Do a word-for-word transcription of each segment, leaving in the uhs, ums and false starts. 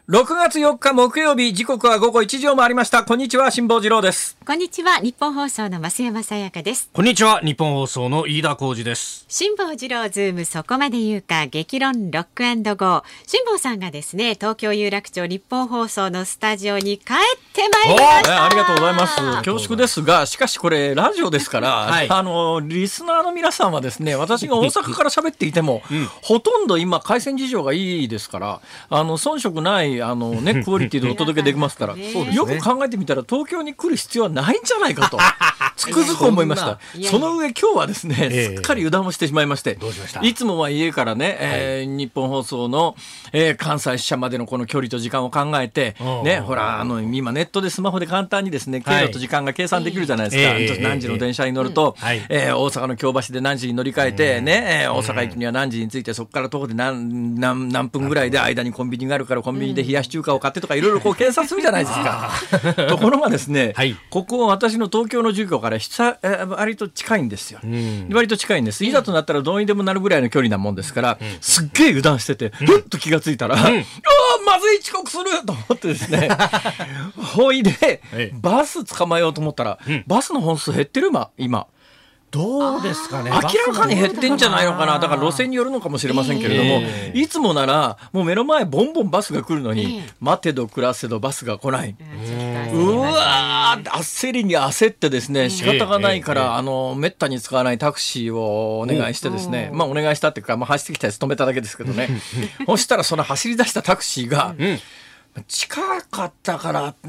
ろくがつよっか木曜日、時刻は午後いちじを回りました。こんにちは、辛坊治郎です。 こんにちは、日本放送の増山さやかです。 こんにちは、日本放送の飯田浩司です。 辛坊治郎ズームそこまで言うか、激論ロック&ゴー。辛坊さんがですね、東京有楽町日本放送のスタジオに帰ってまいりました。 ありがとうございます。恐縮ですが、しかしこれラジオですから、はい、あのリスナーの皆さんはですね、私が大阪から喋っていても、うん、ほとんど今回線事情がいいですから、あの遜色ないあの、ね、クオリティでお届けできますから、ね、よく考えてみたら東京に来る必要はないんじゃないかとつくづく思いました。その上今日はですね、えー、すっかり油断をしてしまいまして、どうしました？いつもは家からね、はい、えー、日本放送の、えー、関西支社までのこの距離と時間を考えて、ね、ほらあの今ネットでスマホで簡単にですね、経路と時間が計算できるじゃないですか、はい、何時の電車に乗ると、えーはい、えー、大阪の京橋で何時に乗り換えて、ね、えー、大阪駅には何時に着いて、そこから徒歩で 何, 何, 何分ぐらいで間にコンビニがあるからコンビニで冷やし中華を買ってとかいろいろこう計算するじゃないですかところがですね、はい、ここ私の東京の住居から久割と近いんですよ、うん、割と近いんです。いざとなったらどうにでもなるぐらいの距離なもんですから、うん、すっげえ油断してて、ふっと気がついたら、うん、ああまずい遅刻すると思ってですねほいでバス捕まえようと思ったら、うん、バスの本数減ってる今今どうですかね。 明らかに減ってんじゃないのかな。だから路線によるのかもしれませんけれども、えー、いつもならもう目の前ボンボンバスが来るのに、えー、待てど暮らせどバスが来ない、えー、うわー焦りに焦ってですね、仕方がないから、えー、あのめったに使わないタクシーをお願いしてですね、まあお願いしたっていうか、まあ、走ってきたやつ止めただけですけどねそしたらその走り出したタクシーが、うん、近かったから、うん、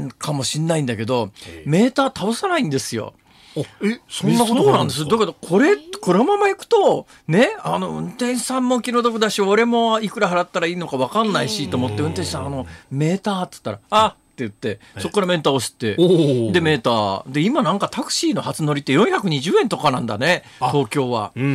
かもしんないんだけど、メーター倒さないんですよ。 えそんなことなんですか？ だけどこれこのまま行くとね、あの運転手さんも気の毒だし、俺もいくら払ったらいいのか分かんないしと思って、運転手さんあのメーターって言ったらあって言って、そこからメーターを押して、でメーターで今なんかタクシーの初乗りってよんひゃくにじゅうえんとかなんだね、東京は、うんうんうん、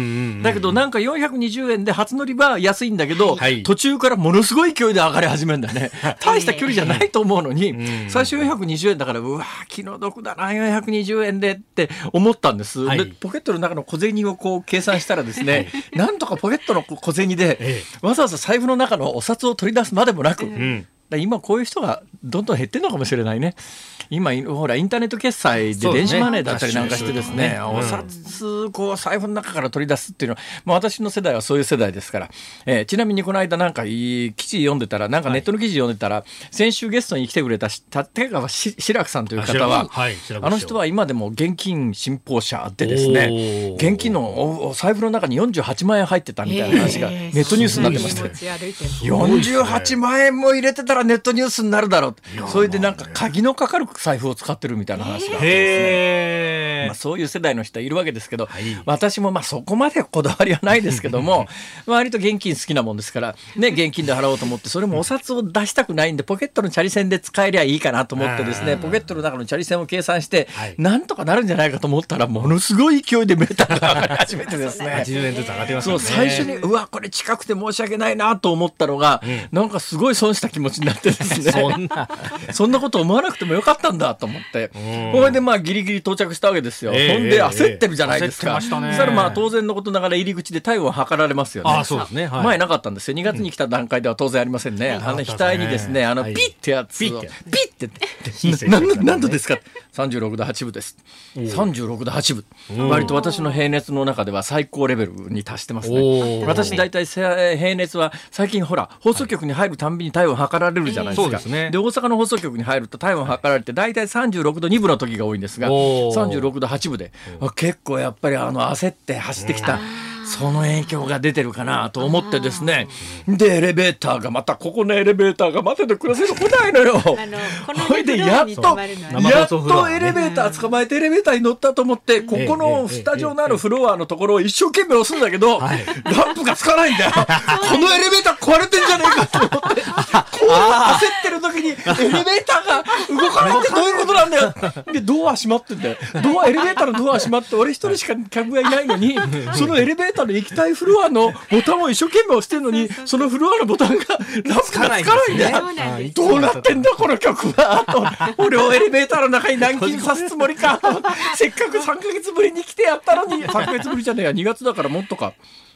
だけどなんかよんひゃくにじゅうえんで初乗りは安いんだけど、はい、途中からものすごい勢いで上がり始めるんだね大した距離じゃないと思うのに、最初よんひゃくにじゅうえんだから、うわ気の毒だなよんひゃくにじゅうえんでって思ったんです、はい、でポケットの中の小銭をこう計算したらですねなんとかポケットの小銭で、ええ、わざわざ財布の中のお札を取り出すまでもなく、うん、今こういう人がどんどん減ってるのかもしれないね。今ほらインターネット決済で電子マネーだったりなんかしてですね、お札こう財布の中から取り出すっていうのは、まあ、私の世代はそういう世代ですから、えー、ちなみにこの間なんかいい記事読んでたら、なんかネットの記事読んでたら、はい、先週ゲストに来てくれた立川志らくさんという方は、はい、あの人は今でも現金信奉者でですね、現金のお財布の中によんじゅうはちまんえん入ってたみたいな話がネットニュースになってましたよんじゅうはちまんえんも入れてたらネットニュースになるだろう。それでなんか鍵のかかる財布を使ってるみたいな話があってですね、まあ、そういう世代の人はいるわけですけど、はい、私もまあそこまでこだわりはないですけども割と現金好きなもんですから、ね、現金で払おうと思って、それもお札を出したくないんでポケットのチャリ線で使えりゃいいかなと思ってですね、ポケットの中のチャリ線を計算して、はい、なんとかなるんじゃないかと思ったら、ものすごい勢いでメーターが上がり始めてですねはちじゅうえんずつ上がってますよね。 そう最初にうわこれ近くて申し訳ないなと思ったのが、うん、なんかすごい損した気持ちになってですねそんなそんなこと思わなくてもよかったんだと思って、それでまあギリギリ到着したわけですよ、えー、ほんで焦ってるじゃないですか、えー、焦ってましたね。そしたらまあ当然のことながら入り口で体温を測られますよね。 あそうですね、はい、 前なかったんですよ。にがつに来た段階では当然ありませんね、うん、あの額にですね、あのピッてやつを、はい、ピッて何, 何度ですかさんじゅうろくどはちぶです。さんじゅうろくどはちぶ、割と私の平熱の中では最高レベルに達してますね。私大体平熱は最近ほら放送局に入るたんびに体温測られるじゃないですか、はい、そうですね。で大阪の放送局に入ると体温測られて大体さんじゅうろくどにぶの時が多いんですが、さんじゅうろくどはちぶで結構やっぱりあの焦って走ってきた、その影響が出てるかなと思ってですね、でエレベーターがまたここのエレベーターが待ててくださいと来ないのよほいでやっとやっとエレベーター捕まえてエレベーターに乗ったと思って、ここのスタジオのあるフロアのところを一生懸命押すんだけど、ランプがつかないんだよこのエレベーター壊れてんじゃねえかと思ってこう焦ってる時にエレベーターが動かないってどういうことなんだよでドア閉まってんだよ。ドアエレベーターのドア閉まって俺一人しか客がいないのにそのエレベーターの行きたいフロアのボタンを一生懸命押してるのに、そのフロアのボタンがランプがつかないんだよ。どうなってんだこの曲はと俺をエレベーターの中に軟禁さすつもりかせっかくさんかげつぶりに来てやったのにさんかげつぶりじゃねえやにがつだからもっとか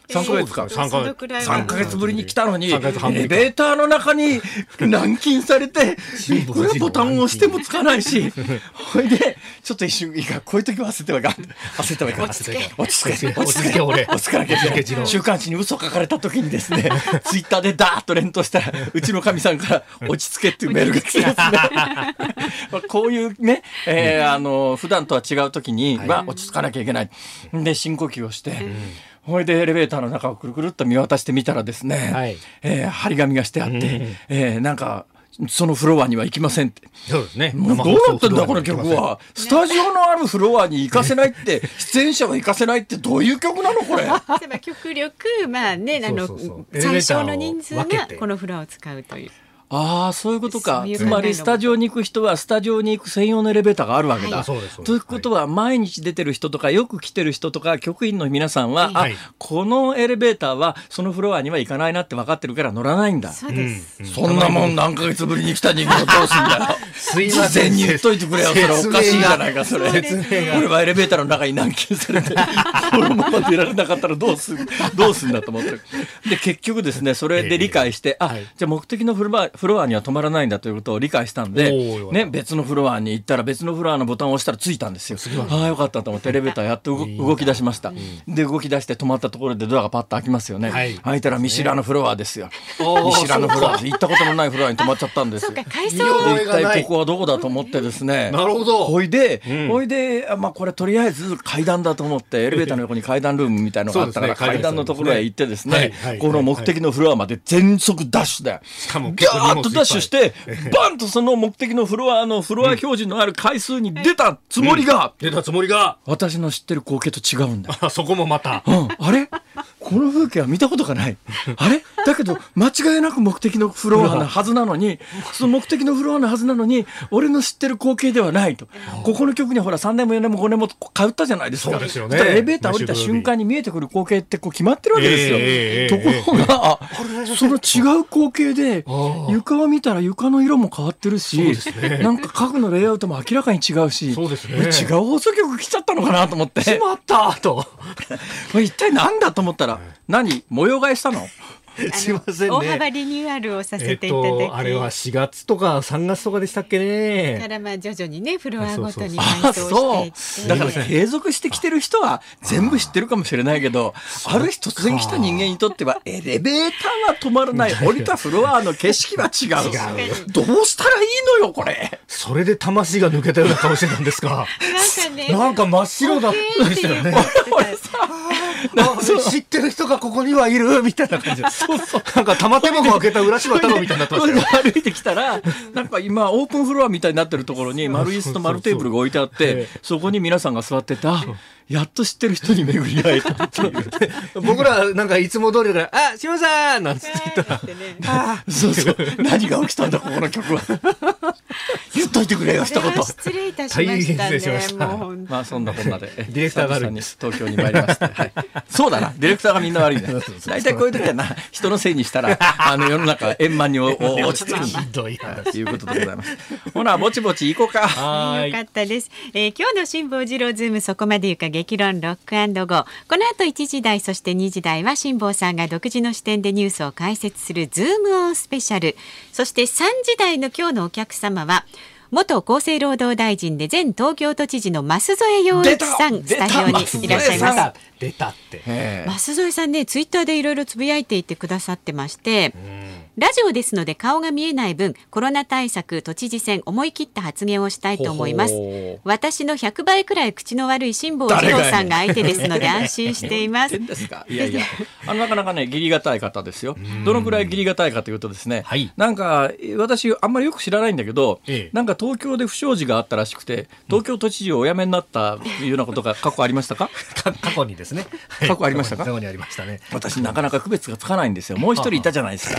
さんかげつか、 えー、さんかげつさんかげつぶりに来たのにエレベさんかげつはんぶりかーターの中に軟禁されていくらボタンを押してもつかないしほいでちょっと一瞬いいかこういう時は焦ってはいかん焦ってはいかん落ち着け落ち着け落ち着け俺落ち着かなきゃいけない週刊誌に嘘書かれた時にですねツイッターでダーッと連投したらうちのかみさんから落ち着けっていうメールが来てですねこういうね、えー、あの普段とは違う時には落ち着かなきゃいけないで深呼吸をして、うんほいでエレベーターの中をくるくるっと見渡してみたらですね、はいえー、張り紙がしてあって、うんえー、なんかそのフロアには行きませんって。 そうですね。 もうどうなってんだこの曲は。スタジオのあるフロアに行かせないって出演者は行かせないってどういう曲なのこれ。 極力まあねあのそうそうそう最小の人数がこのフロアを使うという。 ああそういうことか。つまりスタジオに行く人はスタジオに行く専用のエレベーターがあるわけだ、はい、ということは毎日出てる人とかよく来てる人とか局員の皆さんは、はい、あこのエレベーターはそのフロアには行かないなって分かってるから乗らないんだ。 そうです、 うん、そんなもん何ヶ月ぶりに来た人間をどうすんだよすいません事前に言っといてくれよそれおかしいじゃないかそれ俺はエレベーターの中に軟禁されてこのまま出られなかったらどうすんどうすんだと思ってで結局ですねそれで理解して、えー、あ、はい、じゃあ目的のフロア、フロアには止まらないないんだということを理解したんで、ね、別のフロアに行ったら別のフロアのボタンを押したらついたんですよ。ああよかったと思ってエレベーターやっと動き出しました。で動き出して止まったところでドアがパッと開きますよね、はい、開いたら見知らぬフロアですよ。見知らぬフロアで行ったことのないフロアに止まっちゃったんですよ。 そうか階層で一体ここはどこだと思ってですねなるほどほいで、うん、ほいで、まあ、これとりあえず階段だと思ってエレベーターの横に階段ルームみたいなのがあったから、ね、階段のところへ行ってですね、はいはい、この目的のフロアまで全速ダッシュでガーッとダッシュしてバンとその目的のフロアのフロア表示のある回数に出たつもりが、 うん、出たつもりが私の知ってる光景と違うんだ。 あそこもまた、 うん、あれこの風景は見たことがないあれだけど間違いなく目的のフロアのはずなのにその目的のフロアのはずなのに俺の知ってる光景ではないと。ここの局にほらさんねんもよねんもごねんも通ったじゃないですか。 そうですよね。 エレベーター降りた瞬間に見えてくる光景ってこう決まってるわけですよ、えー、ところが、えー、その違う光景で床を見たら床の色も変わってるし、ね、なんか家具のレイアウトも明らかに違うし、 そうですね、 違う放送局来ちゃったのかなと思ってしまったと一体なんだと思ったら何模様替えしたのすいませんね。 大幅リニューアルをさせていただき、 えっと、あれはしがつとかさんがつとかでしたっけね。 からまあ徐々にねフロアごとに配送していって、 そうだから継続してきてる人は全部知ってるかもしれないけど、ある日突然来た人間にとってはエレベーターは止まらない降りたフロアの景色は違う違うどうしたらいいのよこれ。 それで魂が抜けたような顔してたんですかなんかねなんか真っ白だったでしたよね俺さ知ってる人がここにはいるみたいな感じでそうそうなんか玉手箱開けた浦島太郎みたいになってましたよ歩いてきたらなんか今オープンフロアみたいになってるところに丸椅子と丸テーブルが置いてあってそこに皆さんが座ってたやっと知ってる人に巡り会えたっていう僕らなんかいつも通りだからあ島さんなんつって言ったら、 あそうそう何が起きたんだここの曲は言っといてくれよ一言失礼いたしましたね。したもうまあそんなこんなでディレクターが悪いんです東京に参りまして、はい、そうだなディレクターがみんな悪いんだ大体こういう時はな人のせいにしたらあの世の中円満に落ち着くんだということでございます。ほなぼちぼち行こうか。 はいよかったです、えー、今日の辛坊治郎ズームそこまで言うか激論ロック&ゴー。この後いちじ台そしてにじ台は辛坊さんが独自の視点でニュースを解説するズームオンスペシャル。そしてさんじ台の今日のお客様は元厚生労働大臣で前東京都知事の増添洋一さんスタジオにいらっしゃいます。 出たって増添さんねツイッターでいろいろつぶやいていてくださってまして、ラジオですので顔が見えない分コロナ対策都知事選思い切った発言をしたいと思います。ほほ私のひゃくばいくらい口の悪い辛坊治郎さんが相手ですので安心しています。 いやいやあのなかなかね義理がたい方ですよ。どのくらい義理がたいかというとですね、はい、なんか私あんまりよく知らないんだけど、ええ、なんか東京で不祥事があったらしくて東京都知事をお辞めになったというようなことが過去ありましたか過去にですね過去ありましたか。 過去にありましたね。 私なかなか区別がつかないんですよ。もう一人いたじゃないですか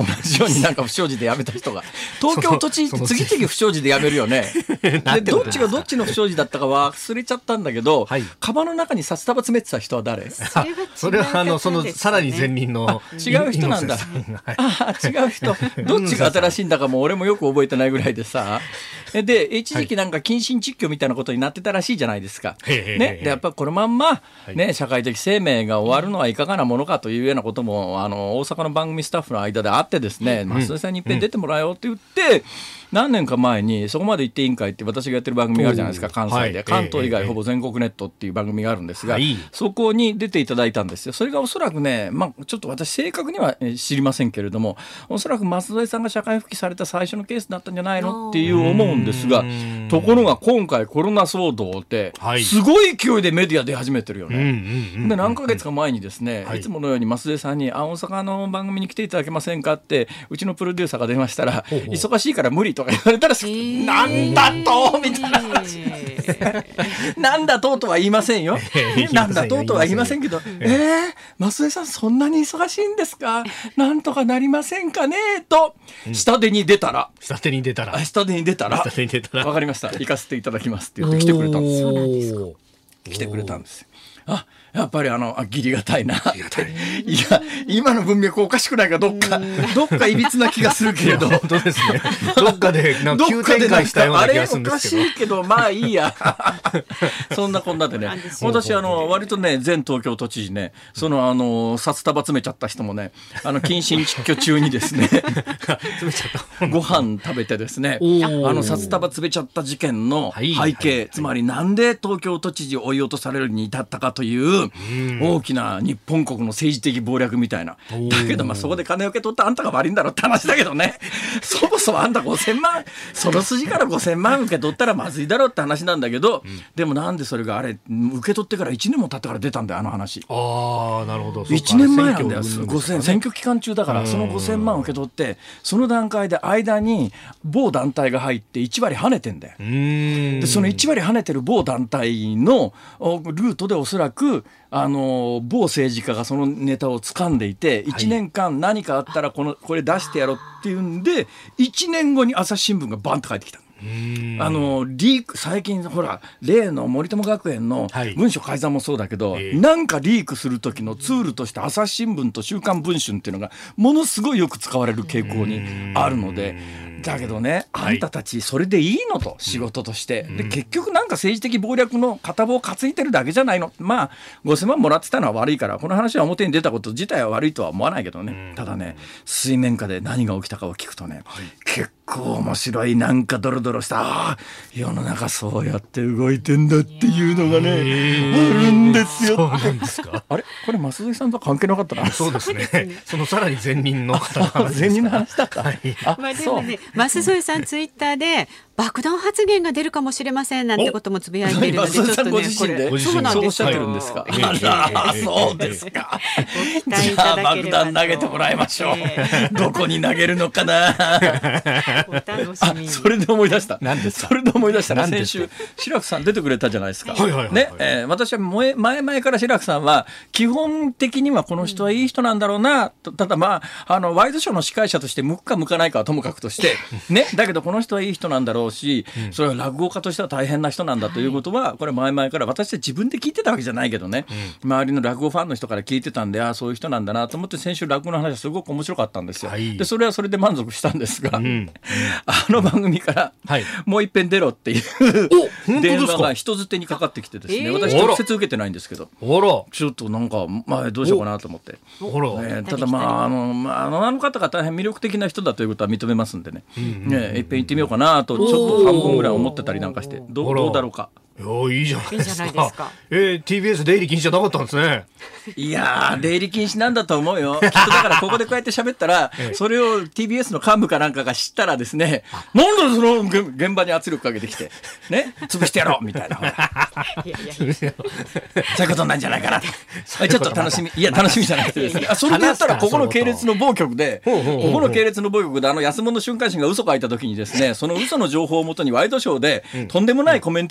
同じようになんか不祥事で辞めた人が東京都知事って次々不祥事で辞めるよねでどっちがどっちの不祥事だったか忘れちゃったんだけど、はい、カバンの中に札束詰めてた人は誰？ それはあのそのさらに前任の違う人なんだ、はい、あ違う人どっちが新しいんだかもう俺もよく覚えてないぐらいでさで一時期なんか謹慎窒居みたいなことになってたらしいじゃないですか、はい、ね、でやっぱりこのまんま、ね、はい、社会的生命が終わるのはいかがなものかというようなこともあの大阪の番組スタッフの間であってですね、増田さんにいっぺん出てもらおうって言って、うん、何年か前にそこまで行って委員会って私がやってる番組があるじゃないですか、関西で、はい、関東以外ほぼ全国ネットっていう番組があるんですが、はい、そこに出ていただいたんですよ。それがおそらくね、まあ、ちょっと私正確には知りませんけれども、おそらく増添さんが社会復帰された最初のケースだったんじゃないのっていう思うんですが、ところが今回コロナ騒動ってすごい勢いでメディア出始めてるよね。で何ヶ月か前にですね、はい、いつものように増添さんにあ大阪の番組に来ていただけませんかってうちのプロデューサーが電話したら、ほうほう忙しいから無理とか言われたら、えー、なんだとみたいな話、えー、なんだととは言いませんよ、えー、なんだととは言いませんけど、えー、増添さんそんなに忙しいんですか、なんとかなりませんかねと下手に出たら、 下手に出たら下手に出たらわかりました、行かせていただきますって言って来てくれたんですよ。そうなんですか。来てくれたんですよ。あやっぱりあのあ義理がたいな、いや今の文脈おかしくないか、どっかどっかいびつな気がするけれど本当ですね、どっかでなんか急展開したような気がするんですけど、 あれおかしいけどまあいいやそんなこんなでね、私あの割とね前東京都知事ね、そのあの札束詰めちゃった人もね、あの謹慎窒居中にですね詰めちゃったご飯食べてですね、あの札束詰めちゃった事件の背景、はいはいはい、つまりなんで東京都知事を追い落とされるに至ったかという大きな日本国の政治的謀略みたいな。だけどまあそこで金を受け取ったあんたが悪いんだろって話だけどねそもそもあんたごせんまんその筋からごせんまん受け取ったらまずいだろうって話なんだけど、うん、でもなんでそれがあれ受け取ってからいちねんも経ってから出たんだよあの話。 ああなるほど。 いちねんまえなんだよ、ごせん選挙期間中だから、そのごせんまん受け取ってその段階で間に某団体が入っていち割跳ねてんだよ。うーんでそのいち割跳ねてる某団体のルートでおそらくあの某政治家がそのネタを掴んでいて、いちねんかん何かあったらこのこれ出してやろうっていうんでいちねんごに朝日新聞がバンと返ってきた。あのリーク最近ほら例の森友学園の文書改ざんもそうだけど、はい、なんかリークする時のツールとして朝日新聞と週刊文春っていうのがものすごいよく使われる傾向にあるので、だけどね、あんたたちそれでいいのと、仕事としてで結局なんか政治的謀略の片棒を担いでるだけじゃないの。まあごせんまんもらってたのは悪いからこの話は表に出たこと自体は悪いとは思わないけどね、ただね水面下で何が起きたかを聞くとね、はい、結構面白いなんかドロドロした世の中そうやって動いてんだっていうのがねあるんですよ。 そうなんですか。 あれこれ増添さんと関係なかったな。 そうですねそのさらに前任の方の話前任の話だった、はい、あ、 まあ、でもね増添さんツイッターで爆弾発言が出るかもしれませんなんてこともつぶやいているので、ちょっとねこれそうなんですよ。そうおっしゃってるんですか。あらそうですか。じゃあ爆弾投げてもらいましょう、えー、どこに投げるのかなお楽しみに。 それで思い出した。 何ですか。 それで思い出したら先週志らくさん出てくれたじゃないですか、はいはいはいはい、ね、えー、私は前々から志らくさんは基本的にはこの人はいい人なんだろうな、うん、ただまああのワイドショーの司会者として向くか向かないかはともかくとしてね、だけどこの人はいい人なんだろうし、うん、それは落語家としては大変な人なんだということは、はい、これ前々から私は自分で聞いてたわけじゃないけどね、うん、周りの落語ファンの人から聞いてたんで、ああそういう人なんだなと思って先週落語の話はすごく面白かったんですよ、はい、でそれはそれで満足したんですが、うん、あの番組から、はい、もう一遍出ろっていう電話が人づてにかかってきてですね、えー、私直接受けてないんですけど、ちょっとなんか、まあ、どうしようかなと思って、ね、ただまああの、まあ、あの方が大変魅力的な人だということは認めますんでね、うんうんね、一遍行ってみようかなとちょっと半分ぐらい思ってたりなんかしてどう、どうだろうか。 いいじゃないですか。いいですか。えー、ティービーエス 出入り禁止じゃなかったんですね。 いやー出入り禁止なんだと思うよきっと。だからここでこうやって喋ったらそれを ティービーエス の幹部かなんかが知ったらですね、なんでその現場に圧力かけてきてね潰してやろうみたいな、いやいやいやそういうことなんじゃないかなとちょっと楽しみ、いや楽しみじゃなくてですね、あそれで言ったらここの系列の某局でここの系列の某局であの安物瞬間新が嘘書いた時にですね、その嘘の情報をもとにワイドショーでとんでもないコメンテーター使って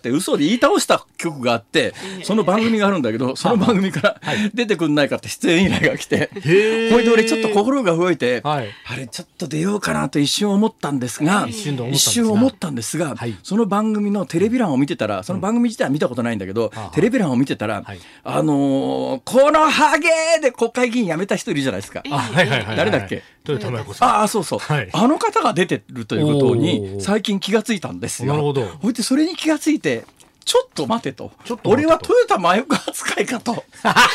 って嘘で言い倒した曲があって、その番組があるんだけど、その番組から出てくんないかって出演依頼が来て、ほいで俺ちょっと心が動いて、はい、あれちょっと出ようかなと一瞬思ったんですが、一瞬一瞬思ったんですが、はい、その番組のテレビ欄を見てたら、その番組自体は見たことないんだけど、うん、テレビ欄を見てたら、はい、あのー、このハゲで国会議員辞めた人いるじゃないですか。 あ、はいはいはいはい、 誰だっけ、 豊田真由子さん。 ああ、そうそう、はい、あの方が出てるということに最近気がついたんですよ。 なるほど。 ほいでそれに気がついて、ちょっと待てと、ちょっと俺は豊田真由子扱いかと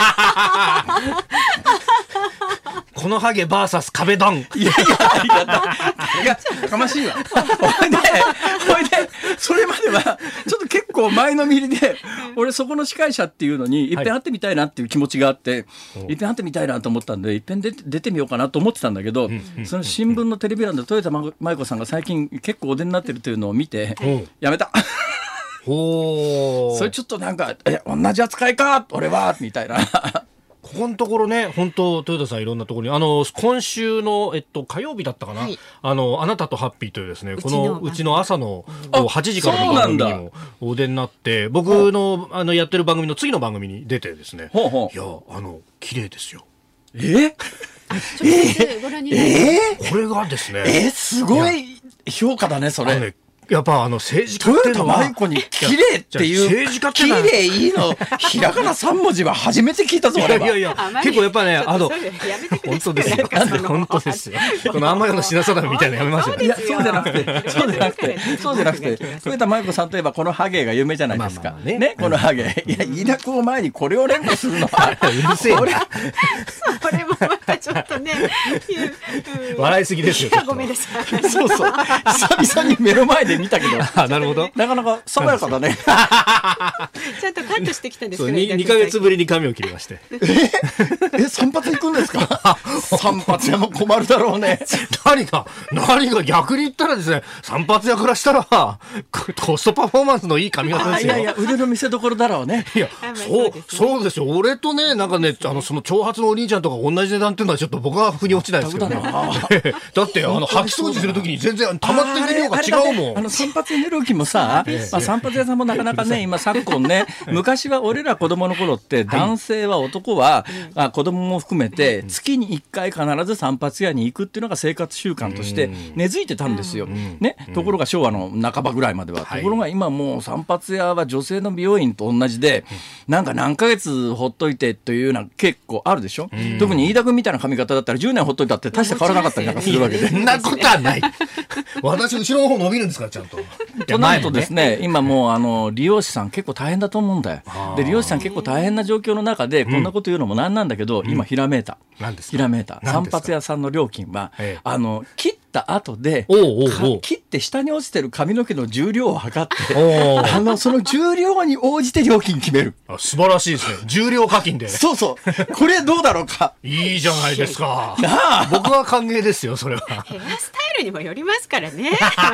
このハゲ ブイエス 壁ドン。いやいやいやいやかましいわ。ほいでほいでそれまではちょっと結構前のめりで、俺そこの司会者っていうのにいっぺん会ってみたいなっていう気持ちがあって、はい、いっぺん会ってみたいなと思ったんで、いっぺん出て、出てみようかなと思ってたんだけど、うんうん、その新聞のテレビ欄で豊田真由子さんが最近結構お出になってるというのを見て、うん、やめた。 おそれちょっとなんかえ同じ扱いか俺はみたいな。 ここのところね、本当豊田さんいろんなところに、あの今週の、えっと、火曜日だったかな、はい、あのあなたとハッピーというですね、このうちの朝のはちじからの番組にもお出になって、僕の、あのやってる番組の次の番組に出てですね、ほうほう、いやあの綺麗ですよ。 えー、 えご覧になります。 えー、これがですね、 えー、すごい評価だねそれ。 やっぱあの政治家っていうのは豊田真由子に綺麗っていう政治家って綺麗いいのひらがなさん文字は初めて聞いたぞ俺は。 いやいや結構やっぱね、あの本当ですよ本当ですよ。このあんまりの品定めみたいなやめましょう。 いやそうじゃなくてそうじゃなくてそうじゃなくて豊田真由子さんといえばこのハゲが有名じゃないですか。まあまあね、ね、このハゲ、いや飯田君を前にこれを連呼するのはうるせえな。 それもまたちょっとね笑いすぎですよ。 ごめんなさい。 そうそう久々に目の前で見たけどなるほど、 なかなか爽やかだね。 ちゃんとカットしてきたんですかね。 にかげつぶりに髪を切りまして。 ええ散髪行くんですか。散髪屋も困るだろうね。 何が何が逆に言ったらですね、散髪屋からしたらコストパフォーマンスのいい髪型ですよ。 いやいや腕の見せ所だろうね。 いやそうそうですよ。俺とねなんかね、あのその長髪のお兄ちゃんとか同じ値段っていうのはちょっと僕は腑に落ちないですけどね。だってあの掃き掃除するときに全然溜まってる量が違うもん。 あの散髪エネルギーもさ、まあ、散髪屋さんもなかなかね今昨今ね、昔は俺ら子供の頃って男性は男は、はい、子供も含めて月にいっかい必ず散髪屋に行くっていうのが生活習慣として根付いてたんですよ、ね、ところが昭和の半ばぐらいまでは、ところが今もう散髪屋は女性の美容院と同じで、なんか何ヶ月ほっといてというような結構あるでしょ。特に飯田君みたいな髪型だったらじゅうねんほっといたって大して変わらなかったりなんかするわけで。 そんなことはない。私後ろの方伸びるんですからちゃんと。 となるとですね、今もうあの利用者さん結構大変だと思うんだよ。で利用者さん結構大変な状況の中でこんなこと言うのもなんなんだけど、うん、今ひらめいた。 何ですか？ ひらめいた。散髪屋さんの料金は、ええ、あの切った後でおうおうおう切って下に落ちてる髪の毛の重量を測ってあのその重量に応じて料金決める。 あ、素晴らしいですね。重量課金で。 そうそうこれどうだろうか。 いいじゃないですか。なあ僕は歓迎ですよそれは。 ヘアスタイルにもよりますからね。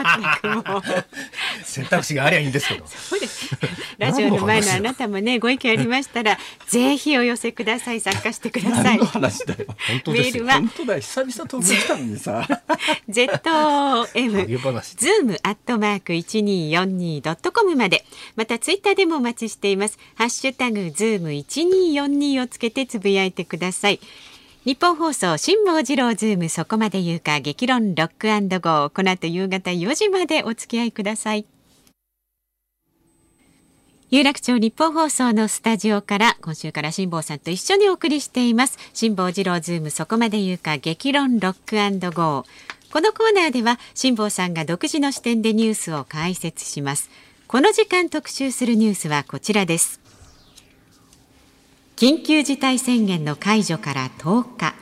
選択肢がありゃいいんですけど。 そうです。ラジオの前のあなたもねご意見ありましたらぜひお寄せください。参加してください。 何の話だよ。本当ですよ。メールは本当だよ。久々東京来たのにさ。 ゼットエム ズームアットマークいちにーよんにードットコムまで、またツイッターでもお待ちしています。ハッシュタグズームいちにーよんにーをつけてつぶやいてください。日本放送辛坊治郎ズームそこまで言うか激論ロック&ゴー、この後夕方よじまでお付き合いください。有楽町日本放送のスタジオから今週から辛坊さんと一緒にお送りしています辛坊治郎ズームそこまで言うか激論ロック&ゴー。このコーナーでは辛坊さんが独自の視点でニュースを解説します。この時間特集するニュースはこちらです。緊急事態宣言の解除からとおか。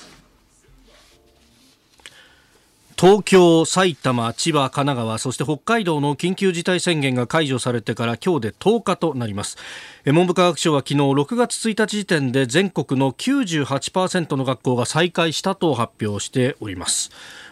東京、埼玉、千葉、神奈川、そして北海道の緊急事態宣言が解除されてから今日でとおかとなります。文部科学省は昨日ろくがつついたち時点で全国の きゅうじゅうはちパーセント の学校が再開したと発表しております。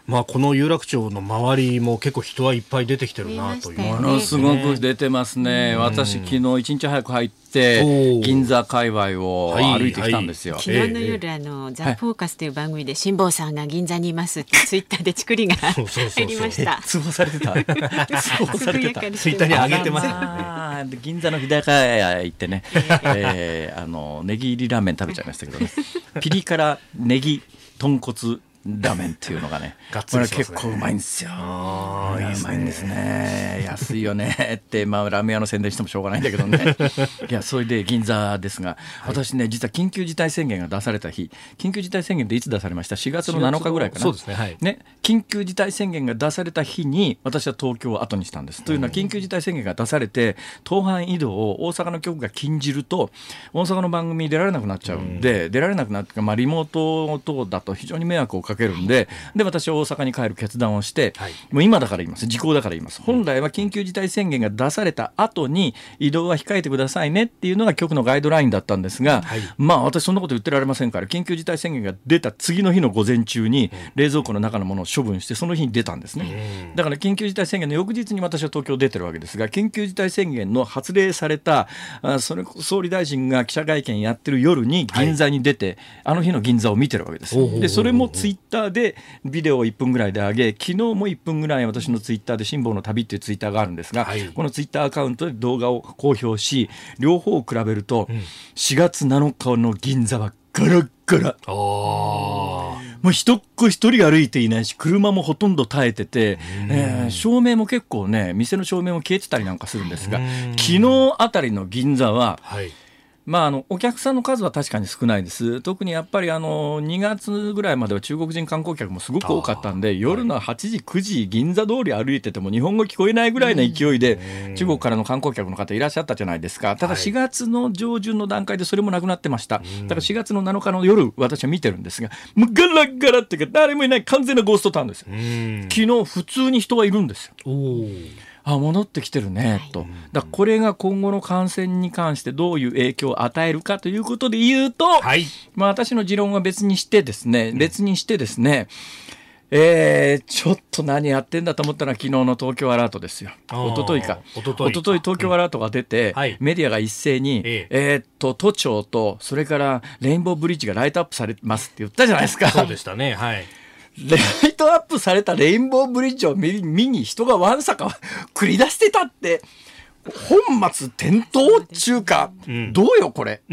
まあ、この有楽町の周りも結構人はいっぱい出てきてるなという、 ものすごく出てますね。私昨日一日早く入って銀座界隈を歩いてきたんですよ。 はいはい、昨日の夜、あのザ・フォーカスという番組で辛坊さんが銀座にいますってツイッターでチクリが入りました。 通報されてたツイッターに上げてます、 まあ、銀座の日高屋行ってね、えー、あのネギ入りラーメン食べちゃいましたけどねピリ辛ネギ豚骨ラーメンっていうのがね、これ結構うまいんですよ。あー、いいですね、うまいんですね。安いよねって、まあ、ラーメン屋の宣伝してもしょうがないんだけどねいや、それで銀座ですが、はい、私ね、実は緊急事態宣言が出された日、緊急事態宣言っていつ出されました？しがつのなのかぐらいかな。 そうですね、はい、 ね、緊急事態宣言が出された日に私は東京を後にしたんです。というのは、緊急事態宣言が出されて当番移動を大阪の局が禁じると大阪の番組に出られなくなっちゃうんで、うん、出られなくなって、まあ、リモート等だと非常に迷惑をかけるんで、で私は大阪に帰る決断をして、はい、もう今だから言います、時効だから言います。本来は緊急事態宣言が出された後に移動は控えてくださいねっていうのが局のガイドラインだったんですが、はい、まあ私そんなこと言ってられませんから、緊急事態宣言が出た次の日の午前中に冷蔵庫の中のものを処分してその日に出たんですね。だから緊急事態宣言の翌日に私は東京出てるわけですが、緊急事態宣言の発令されたあそれ総理大臣が記者会見やってる夜に銀座に出て、はい、あの日の銀座を見てるわけです。でそれもツイッターでビデオをいっぷんぐらいで上げ、昨日もいっぷんぐらい私のツイッターで辛坊の旅っていうツイッターがあるんですが、はい、このツイッターアカウントで動画を公表し、両方を比べると、うん、しがつなのかの銀座はガラッガラ、あもう一っ子一人歩いていないし、車もほとんど耐えてて、えー、照明も結構ね、店の照明も消えてたりなんかするんですが、昨日あたりの銀座は、はい、まあ、あのお客さんの数は確かに少ないです。特にやっぱりあのにがつぐらいまでは中国人観光客もすごく多かったんで、夜のはちじくじ銀座通り歩いてても日本語聞こえないぐらいの勢いで中国からの観光客の方いらっしゃったじゃないですか。ただしがつの上旬の段階でそれもなくなってました。だからしがつのなのかの夜私は見てるんですが、もうガラガラっていうか誰もいない完全なゴーストタウンですよ。昨日普通に人はいるんですよ。おー、あ、戻ってきてるねと。だからこれが今後の感染に関してどういう影響を与えるかということで言うと、はい、まあ、私の持論は別にしてですね、別にしてですね、えー、ちょっと何やってんだと思ったのは昨日の東京アラートですよ。一昨日か一昨日東京アラートが出て、うん、はい、メディアが一斉に、えええー、っと都庁とそれからレインボーブリッジがライトアップされますって言ったじゃないですか。 そうでしたね、はい。 ライトアップされたレインボーブリッジを見, 見に人がわんさか繰り出してたって、本末転倒中華、うん、どうよこれ、うん、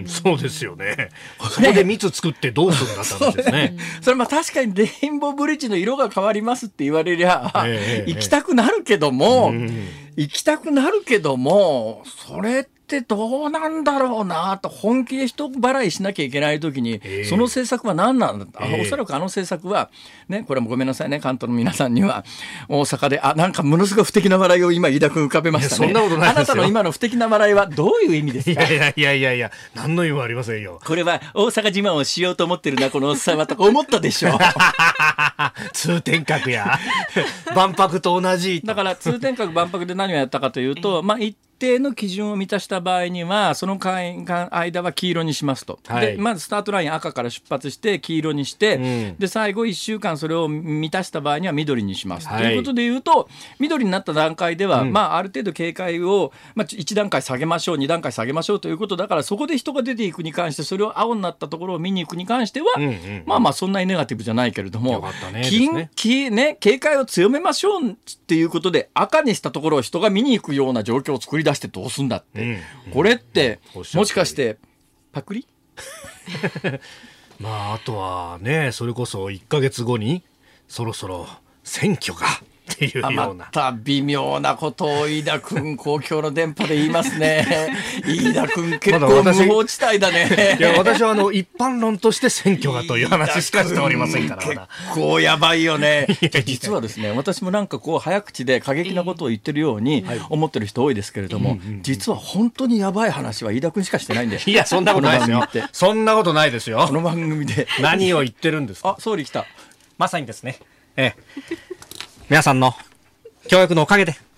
そうですよね。そこで蜜作ってどうするんだったんですね。 それまあ確かにレインボーブリッジの色が変わりますって言われりゃ、えー、行きたくなるけども、えー、行きたくなるけども、それってどうなんだろうなと、本気で人払いしなきゃいけないときに、えー、その政策は何なんだ、えー、おそらくあの政策は、ね、これもごめんなさいね、関東の皆さんには、大阪で、あ、なんかものすごい不敵な笑いを今飯田君浮かべましたね。 そんなことないですよ。 あなたの今の不敵な笑いはどういう意味ですか。 いやいやいやいや、何の意味もありませんよ。 これは大阪自慢をしようと思ってるなこのおっさんはとか思ったでしょ。 通天閣や万博と同じ。 だから通天閣万博で何をやったかというと、まあ一定の基準を満たした場合にはその間は黄色にしますと、はい、でまずスタートライン赤から出発して黄色にして、うん、で最後いっしゅうかんそれを満たした場合には緑にします、はい、ということでいうと緑になった段階では、うん、まあ、ある程度警戒を、まあ、いちだんかい下げましょうにだんかい下げましょうということだから、そこで人が出ていくに関してそれを青になったところを見に行くに関しては、うんうん、まあまあそんなにネガティブじゃないけれども、ねきね、警戒を強めましょうっていうことで赤にしたところを人が見に行くような状況を作り出してどうすんだって、うんうん、これって、うん、もしかしてパクリまああとはね、それこそいっかげつごにそろそろ選挙がっていうような、 また微妙なことを飯田君公共の電波で言いますね。飯田君結構無法地帯だね。 いや私はあの一般論として選挙がという話しかしておりませんから。 結構やばいよね。実はですね、私もなんかこう早口で過激なことを言ってるように思ってる人多いですけれども、実は本当にやばい話は飯田君しかしてないんで。 いやそんなことないですよ。そんなことないですよ。 この番組で何を言ってるんですか。 あ、総理来た。 まさにですね、ええ、皆さんの協力のおかげで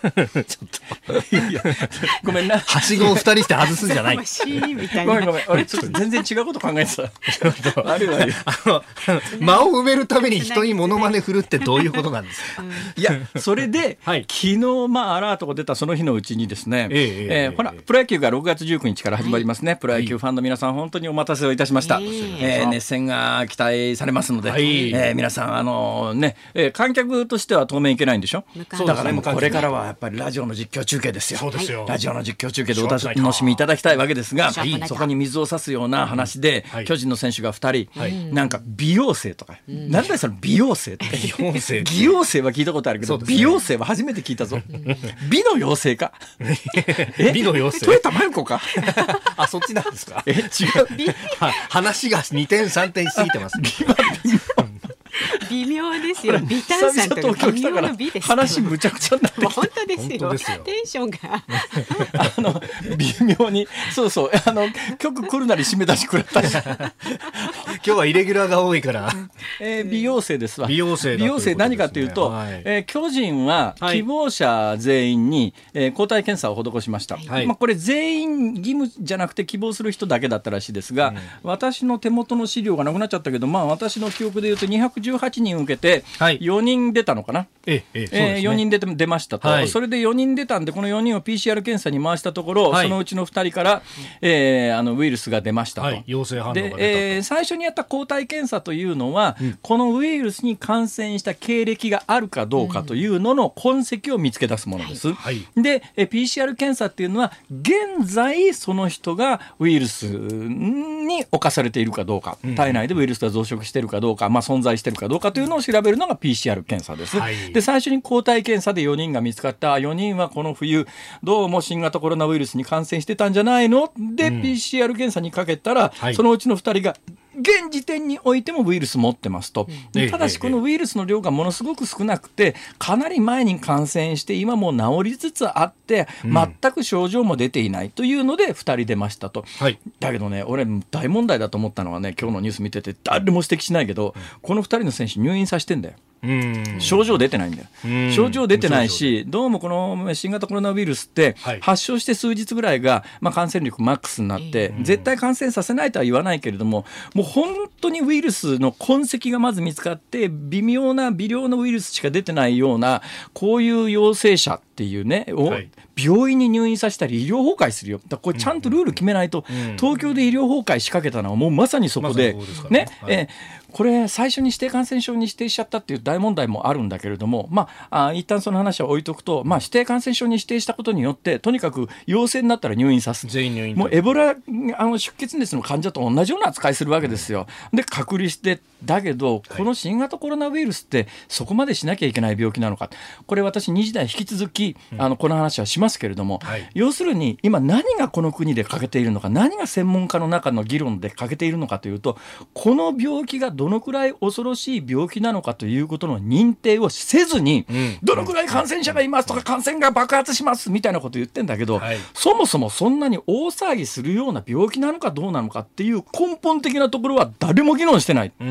いやいやごめんな、 はしごをふたりして外すんじゃない。 みたいな。 ごめんごめん、俺ちょっと全然違うこと考えてた。あるある。 あの間を埋めるために人にモノマネ振るってどういうことなんですか。 いやそれで、 はい、 昨日まあアラートが出たその日のうちにですね、 えーえーえー、ほらプロ野球がろくがつじゅうくにちから始まりますね、はい、プロ野球ファンの皆さん本当にお待たせをいたしました、えーえー、熱戦が期待されますので、はい、えー、皆さんあのー、ね、えー、観客としては当面いけないんでしょ。だから、ね、これからはやっぱりラジオの実況中継ですよ。 そうですよ。 ラジオの実況中継でお楽しみいただきたいわけですが、はい、そこに水を差すような話で、はい、巨人の選手がふたり、はい、なんか美容生とか、うん、なんだよその美容生って美容生美容生は聞いたことあるけど、ね、美容生は初めて聞いたぞ。美の妖精かえ美の妖精、 豊田真由子かあ、そっちなんですか。 え違う話がにてんさんてんしすぎてます微妙ですよ。微炭酸とか微妙な美です。 話むちゃくちゃになってきて本当ですよ。テンションがあの微妙にそうそうあの曲来るなり締め出しくらったし今日はイレギュラーが多いから、 えー、美容生ですわ。 美容生美容生何かというと、はい、えー、巨人は希望者全員に、えー、抗体検査を施しました、はい、まあ、これ全員義務じゃなくて希望する人だけだったらしいですが、うん、私の手元の資料がなくなっちゃったけど、まあ、私の記憶でいうとにひゃくじゅうはちにん受けてよにん出たのかな、はい、えええー、よにん出て出ましたと、はい、それでよにん出たんでこのよにんを ピーシーアール 検査に回したところ、はい、そのうちのふたりから、えー、あのウイルスが出ましたと、はい、 陽性反応が出たと。 で、えー、最初にやった抗体検査というのは、うん、このウイルスに感染した経歴があるかどうかというのの痕跡を見つけ出すものです、はい、で、えー、ピーシーアール 検査っていうのは現在その人がウイルスに侵されているかどうか、うん、体内でウイルスが増殖しているかどうか、まあ、存在しているかどうかというのを調べるのが ピーシーアール 検査です、はい、で最初に抗体検査でよにんが見つかった。よにんはこの冬どうも新型コロナウイルスに感染してたんじゃないので、うん、ピーシーアール 検査にかけたら、はい、そのうちのふたりが現時点においてもウイルス持ってますと、うん、ただしこのウイルスの量がものすごく少なくてかなり前に感染して今もう治りつつあって全く症状も出ていないというのでふたり出ましたと、はい、だけどね俺大問題だと思ったのはね、今日のニュース見てて誰も指摘しないけど、うん、このふたりの選手入院させてんだよ。うん症状出てないんだよ。症状出てないし、どうもこの新型コロナウイルスって発症して数日ぐらいが、まあ、感染力マックスになって絶対感染させないとは言わないけれども、もう本当にウイルスの痕跡がまず見つかって微妙な微量のウイルスしか出てないようなこういう陽性者っていうね、はい、病院に入院させたり医療崩壊するよ。だからこれちゃんとルール決めないと、うん、東京で医療崩壊仕掛けたのはもうまさにそこで、まあ、ね、はい、えーこれ最初に指定感染症に指定しちゃったっていう大問題もあるんだけれども、まあ、あ一旦その話は置いとくと、まあ、指定感染症に指定したことによってとにかく陽性になったら入院さす。 全員入院。 もうエボラあの出血熱の患者と同じような扱いするわけですよ。で隔離して、だけどこの新型コロナウイルスってそこまでしなきゃいけない病気なのか、これ私にじ台引き続きあのこの話はしますけれども、はい、要するに今何がこの国で欠けているのか、何が専門家の中の議論で欠けているのかというと、この病気がどのくらい恐ろしい病気なのかということの認定をせずに、うん、どのくらい感染者がいますとか感染が爆発しますみたいなこと言ってんだけど、はい、そもそもそんなに大騒ぎするような病気なのかどうなのかっていう根本的なところは誰も議論してない。うん、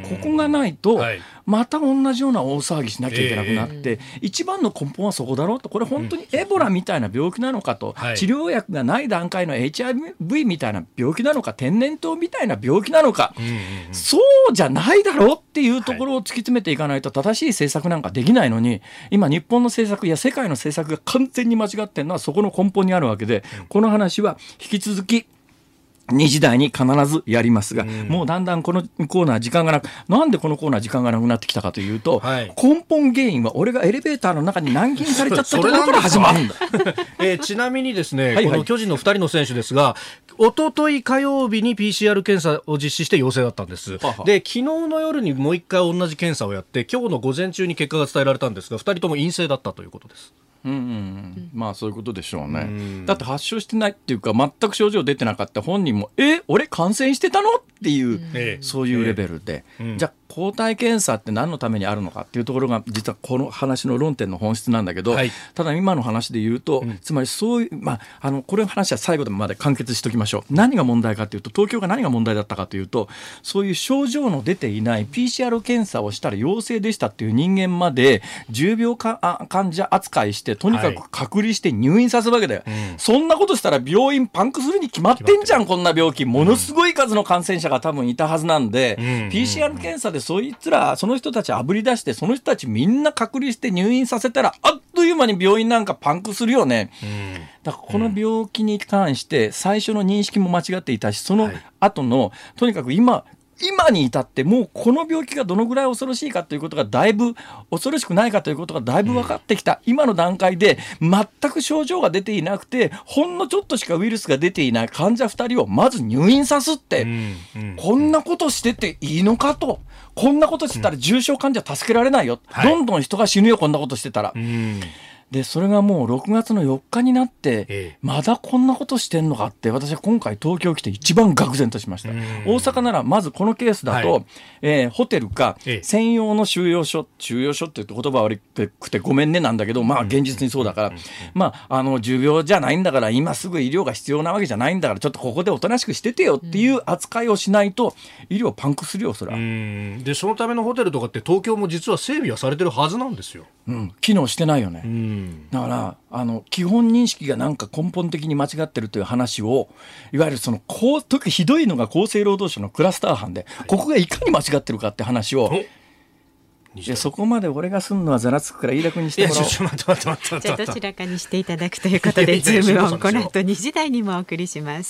ここがないと、はい、また同じような大騒ぎしなきゃいけなくなって、えー、一番の根本はそこだろうと。これ本当にエボラみたいな病気なのかと、うん、治療薬がない段階の エイチアイブイ みたいな病気なのか、天然痘みたいな病気なのか、うんうんうん、そうじゃないだろうっていうところを突き詰めていかないと正しい政策なんかできないのに、今日本の政策や世界の政策が完全に間違ってるのはそこの根本にあるわけで、うん、この話は引き続きにじ台に必ずやりますが、うん、もうだんだんこのコーナー時間がなく、なんでこのコーナー時間がなくなってきたかというと、はい、根本原因は俺がエレベーターの中に軟禁されちゃったところから始まるんだ。 えー、ちなみにですね、はいはい、この巨人のふたりの選手ですが、おととい火曜日に ピーシーアール 検査を実施して陽性だったんです。ははで昨日の夜にもう一回同じ検査をやって今日の午前中に結果が伝えられたんですが、ふたりとも陰性だったということです。 うんうんうん、まあそういうことでしょうね。うだって発症してないっていうか全く症状出てなかった本人もえ俺感染してたのっていう、うん、そういうレベルで、ええ、じゃあ抗体検査って何のためにあるのかっていうところが実はこの話の論点の本質なんだけど、はい、ただ今の話で言うと、うん、つまりそういう、まあ、あのこれの話は最後まで完結しておきましょう。何が問題かというと、東京が何が問題だったかというと、そういう症状の出ていない ピーシーアール 検査をしたら陽性でしたっていう人間まで重病か患者扱いしてしてとにかく隔離して入院させるわけだよ、はい、うん、そんなことしたら病院パンクするに決まってんじゃん。こんな病気ものすごい数の感染者が多分いたはずなんで、うん、ピーシーアール 検査でそいつらその人たちあぶり出してその人たちみんな隔離して入院させたらあっという間に病院なんかパンクするよね、うん、だからこの病気に関して最初の認識も間違っていたしその後の、はい、とにかく今今に至ってもうこの病気がどのぐらい恐ろしいかということがだいぶ恐ろしくないかということがだいぶ分かってきた、うん、今の段階で全く症状が出ていなくてほんのちょっとしかウイルスが出ていない患者ふたりをまず入院さすって、うんうん、こんなことしてていいのかと、こんなことしてたら重症患者助けられないよ、うん、どんどん人が死ぬよこんなことしてたら、うん、でそれがもうろくがつのよっかになって、ええ、まだこんなことしてんのかって私は今回東京来て一番愕然としました。大阪ならまずこのケースだと、はい、えー、ホテルか専用の収容所、収容所って言って言葉悪くてごめんねなんだけど、まあ現実にそうだから、まああの重病じゃないんだから今すぐ医療が必要なわけじゃないんだからちょっとここでおとなしくしててよっていう扱いをしないと医療パンクするよそれは。うん、 でそのためのホテルとかって東京も実は整備はされてるはずなんですよ。 うん、機能してないよね。うん、だからあの基本認識がなんか根本的に間違ってるという話をいわゆるそのこう特にひどいのが厚生労働省のクラスター班で、はい、ここがいかに間違ってるかって話をでそこまで俺がすんのはざらつくから飯田君にしてもらおう。 じゃあどちらかにしていただくということでズームオンこの後にじ台にもお送りします。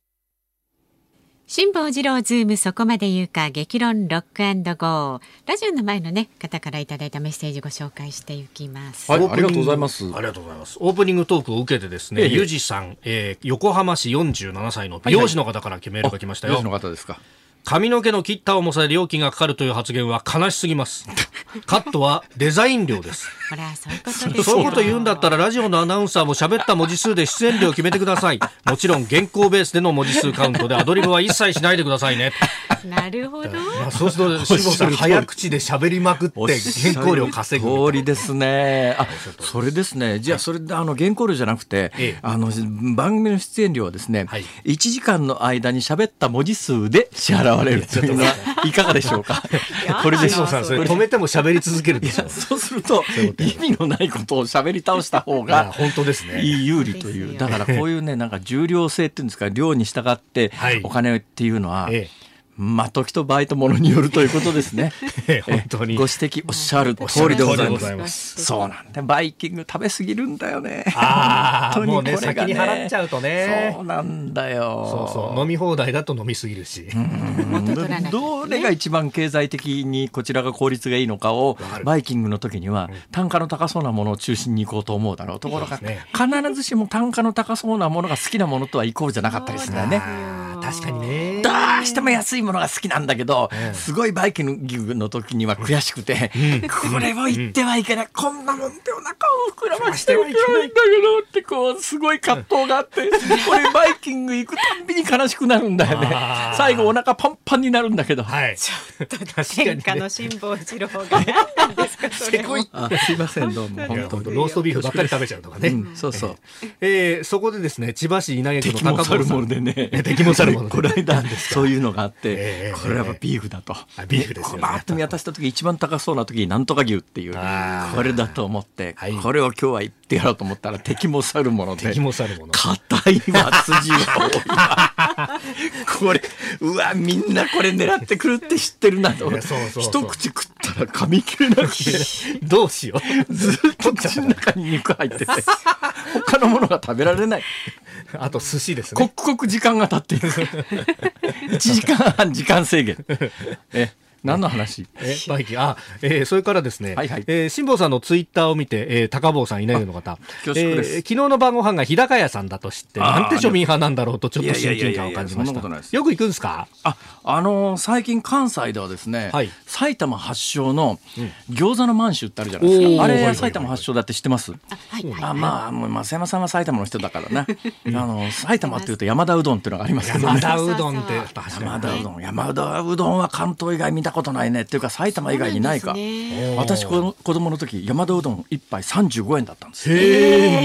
辛坊治郎ズームそこまで言うか激論ロック&ゴー。ラジオの前の、ね、方からいただいたメッセージご紹介していきます。 はい、ありがとうございます。 ありがとうございます。オープニングトークを受けてですね、ええ、ゆじさん、えー、横浜市よんじゅうななさいの美容師の方からメールが来ましたよ。 はいはい、美容師の方ですか。 髪の毛の切った重さで料金がかかるという発言は悲しすぎます。カットはデザイン料です。 ほらそういうことですよ。 そういうこと言うんだったらラジオのアナウンサーも喋った文字数で出演料を決めてください。もちろん原稿ベースでの文字数カウントでアドリブは一切しないでくださいね。 なるほど。 まあ、そうすると辛坊さん早口で喋りまくって原稿料稼ぐ。 通りですね。あ、それですね。じゃあそれであの原稿料じゃなくて、ええ、あの番組の出演料はですね、はい、いちじかんの間に喋った文字数で支払われるというのはいかがでしょうか。 これでしょうさん、それ止めても喋り続けるでしょ。 そうすると意味のないことを喋り倒した方が本当ですね。 いい有利という。だからこういうねなんか重量制っていうんですか、量に従ってお金っていうのは、はい、ええ、まあ、時と場合とものによるということですね。 本当にご指摘おっしゃる通りでございます。そうなんだ。バイキング食べ過ぎるんだよね。 ああ、もうね先に払っちゃうとね。 そうなんだよ。 そうそう、飲み放題だと飲み過ぎるし。 うんどれが一番経済的にこちらが効率がいいのかをバイキングの時には単価の高そうなものを中心に行こうと思うだろう。ところが、ね、必ずしも単価の高そうなものが好きなものとはイコールじゃなかったりするんだよね。 確かにね。 どうしても安いものが好きなんだけど、うん、すごいバイキングの時には悔しくて、うん、これを言ってはいけない、うん、こんなもんでお腹を膨らましてはいけないんだけどってこうすごい葛藤があって、これバイキング行くたんびに悲しくなるんだよね。最後お腹パンパンになるんだけど、 はい、ちょっと天下の辛坊治郎が何ですかそれを。 あ、すいませんどうも本当ローストビーフばっかり食べちゃうとかね、うん、 そうそう、 えー、そこでですね千葉市稲毛区の高坊さんでね敵もさるものこの間そういうのがあって、えー、これはビーフだと、 えー、ビーフですよね。 バーッと見渡した時一番高そうな時になんとか牛っていうこれだと思って、はい、これを今日は言ってやろうと思ったら敵も去るもので敵も去るもの硬いわ筋が多いわこれうわみんなこれ狙ってくるって知ってるなと。そうそうそう、一口食ったら噛み切れなくてどうしようずっと口の中に肉入ってて他のものが食べられない。 あと寿司ですね。 刻々時間が経っているいちじかんはん時間制限え何の話えバイキンあ、えー、それからですね、はいはい、えー、辛坊さんのツイッターを見て、えー、高坊さんいないの方、えー、昨日の晩ご飯が日高屋さんだと知ってなんて庶民派なんだろうとちょっと親近感を感じました。よく行くんですか。 あ、あのー、最近関西ではですね、はい、埼玉発祥の餃子の満州ってあるじゃないですか、うん、あれ埼玉発祥だって知ってます？あ、はいはいはい、あ、まあもう増山さんは埼玉の人だからなあの埼玉っていうと山田うどんっていうのがありますけどね。 山田うどんって山田うどん山田うどんは関東以外見たことないねっていうか埼玉以外にないか、ね、私子供の時山田うどん一杯さんじゅうごえんだったんですよ。 へー、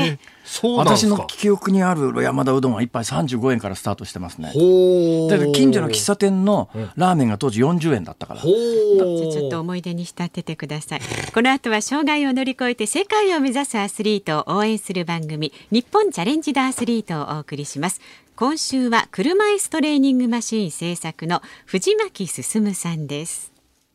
そうなんですか。 私の記憶にある山田うどんはいっぱいさんじゅうごえんからスタートしてますね。 ほー。 だから近所の喫茶店のラーメンが当時よんじゅうえんだったから、 ほー。 じゃあちょっと思い出に浸っててください。この後は障害を乗り越えて世界を目指すアスリートを応援する番組、日本チャレンジドアスリートをお送りします。今週は車椅子トレーニングマシーン制作の藤巻進さんです。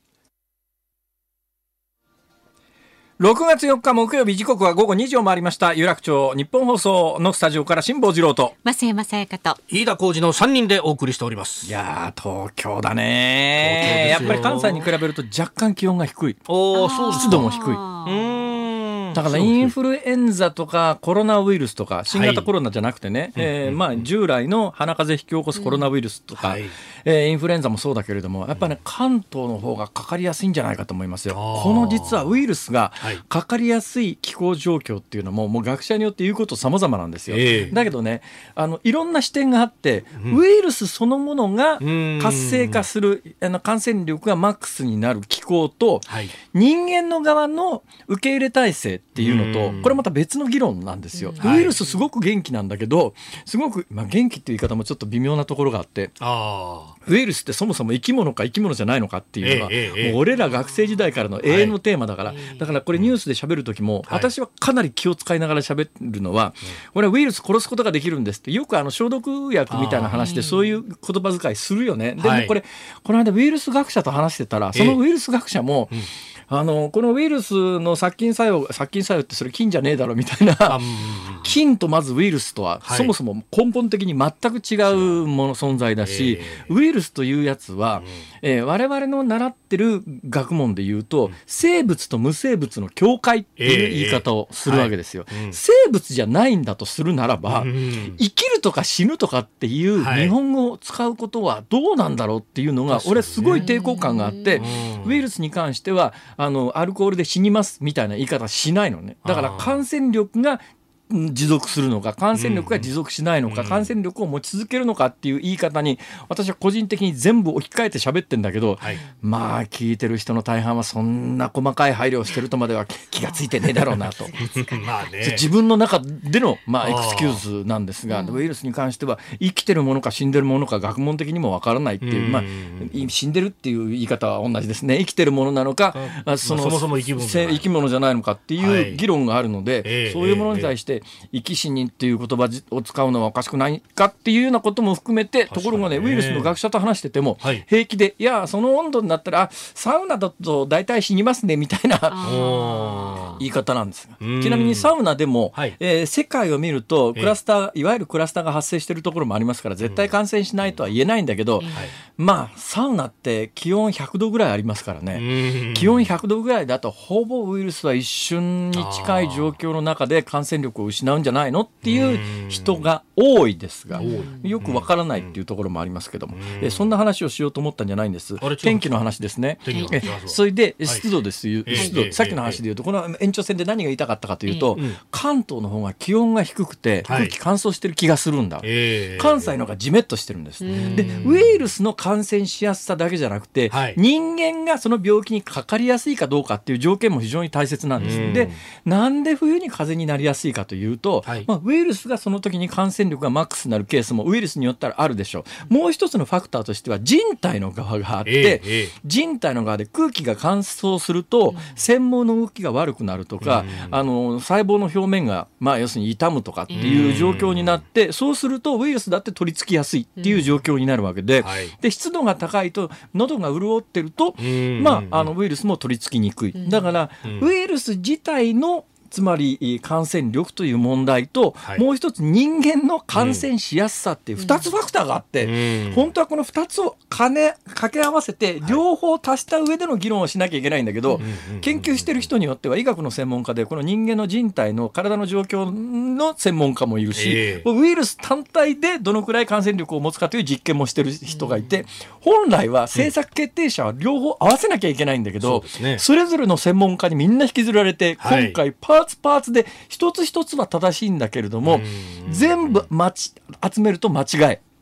ろくがつよっか木曜日、時刻はごごにじを回りました。有楽町日本放送のスタジオから辛坊治郎と増山さやかと飯田浩司のさんにんでお送りしております。 いやー、東京だね。やっぱり関西に比べると若干気温が低い。 おー、そうですか。 湿度も低い。 うーん。 だからインフルエンザとかコロナウイルスとか新型コロナじゃなくてね、はい、えーまあ、従来の鼻風邪引き起こすコロナウイルスとか、うん、はい、えー、インフルエンザもそうだけれども、やっぱりね、関東の方がかかりやすいんじゃないかと思いますよ。この実はウイルスがかかりやすい気候状況っていうのも、もう学者によって言うこと様々なんですよ、えー、だけどね、あのいろんな視点があって、うん、ウイルスそのものが活性化する、あの感染力がマックスになる気候と、はい、人間の側の受け入れ体制っていうのと、これまた別の議論なんですよ。ウイルスすごく元気なんだけど、すごく、まあ、元気っていう言い方もちょっと微妙なところがあって、あ、ウイルスってそもそも生き物か生き物じゃないのかっていうのは、ええ、もう俺ら学生時代からの永遠のテーマだから、はい、だからこれニュースで喋る時も、はい、私はかなり気を使いながら喋るのは、はい、これはウイルス殺すことができるんですって、よくあの消毒薬みたいな話でそういう言葉遣いするよね。でもこれ、この間ウイルス学者と話してたら、そのウイルス学者も、ええ、うん、あのこのウイルスの殺菌作用、殺菌作用ってそれ菌じゃねえだろみたいな、菌とまずウイルスとはそもそも根本的に全く違うもの存在だし、ウイルスというやつは、えー、我々の習ってる学問でいうと、生物と無生物の境界っていう言い方をするわけですよ。生物じゃないんだとするならば、生きるとか死ぬとかっていう日本語を使うことはどうなんだろうっていうのが、俺すごい抵抗感があって、ウイルスに関してはあのアルコールで死にますみたいな言い方しないのね。だから感染力が持続するのか、感染力が持続しないのか、うん、感染力を持ち続けるのかっていう言い方に私は個人的に全部置き換えて喋ってんだけど、はい、まあ聞いてる人の大半はそんな細かい配慮をしてるとまでは気がついてねえだろうなとまあ、ね、自分の中での、まあ、エクスキューズなんですが、ウイルスに関しては生きてるものか死んでるものか学問的にもわからないっていう、まあ、死んでるっていう言い方は同じですね。生きてるものなのか、あその、まあ、そもそも生き物じゃない、生き物じゃないのかっていう議論があるので、はい、そういうものに対して生き死にっていう言葉を使うのはおかしくないかっていうようなことも含めて、ところがね、ウイルスの学者と話してても、はい、平気で、いやその温度になったらサウナだと大体死にますねみたいな言い方なんですが、ちなみにサウナでも、はい、えー、世界を見るとクラスター、いわゆるクラスターが発生しているところもありますから、絶対感染しないとは言えないんだけど、うん、まあサウナって気温ひゃくどぐらいありますからね、気温ひゃくどぐらいだとほぼウイルスは一瞬に近い状況の中で感染力を失うんじゃないのっていう人が多いですが、よくわからないっていうところもありますけども、えそんな話をしようと思ったんじゃないんです。天気の話ですね。えそれで湿度です、はい、湿度、さっきの話でいうと、この延長線で何が言いたかったかというと、関東の方が気温が低くて空気乾燥してる気がするんだ、関西の方がジメッとしてるんです。でウイルスの感染しやすさだけじゃなくて、人間がその病気にかかりやすいかどうかっていう条件も非常に大切なんです。でなんで冬に風邪になりやすいかというと、はい、まあ、ウイルスがその時に感染力がマックスになるケースもウイルスによったらあるでしょう。もう一つのファクターとしては人体の側があって、えーえー、人体の側で空気が乾燥すると繊毛の動きが悪くなるとか、うん、あの細胞の表面が、まあ、要するに傷むとかっていう状況になって、うん、そうするとウイルスだって取り付きやすいっていう状況になるわけで、うん、はい、で湿度が高いと喉が潤ってると、うん、まあ、あのウイルスも取り付きにくい。だから、うん、ウイルス自体のつまり感染力という問題と、はい、もう一つ人間の感染しやすさっていうふたつファクターがあって、うん、本当はこのふたつを兼ね掛け合わせて両方足した上での議論をしなきゃいけないんだけど、はい、研究してる人によっては医学の専門家でこの人間の人体の体の状況の専門家もいるし、えー、ウイルス単体でどのくらい感染力を持つかという実験もしてる人がいて、うん、本来は政策決定者は両方合わせなきゃいけないんだけど、うん、 そ, ね、それぞれの専門家にみんな引きずられて、はい、今回パーツパーツで一つ一つは正しいんだけれども、全部待ち集めると間違い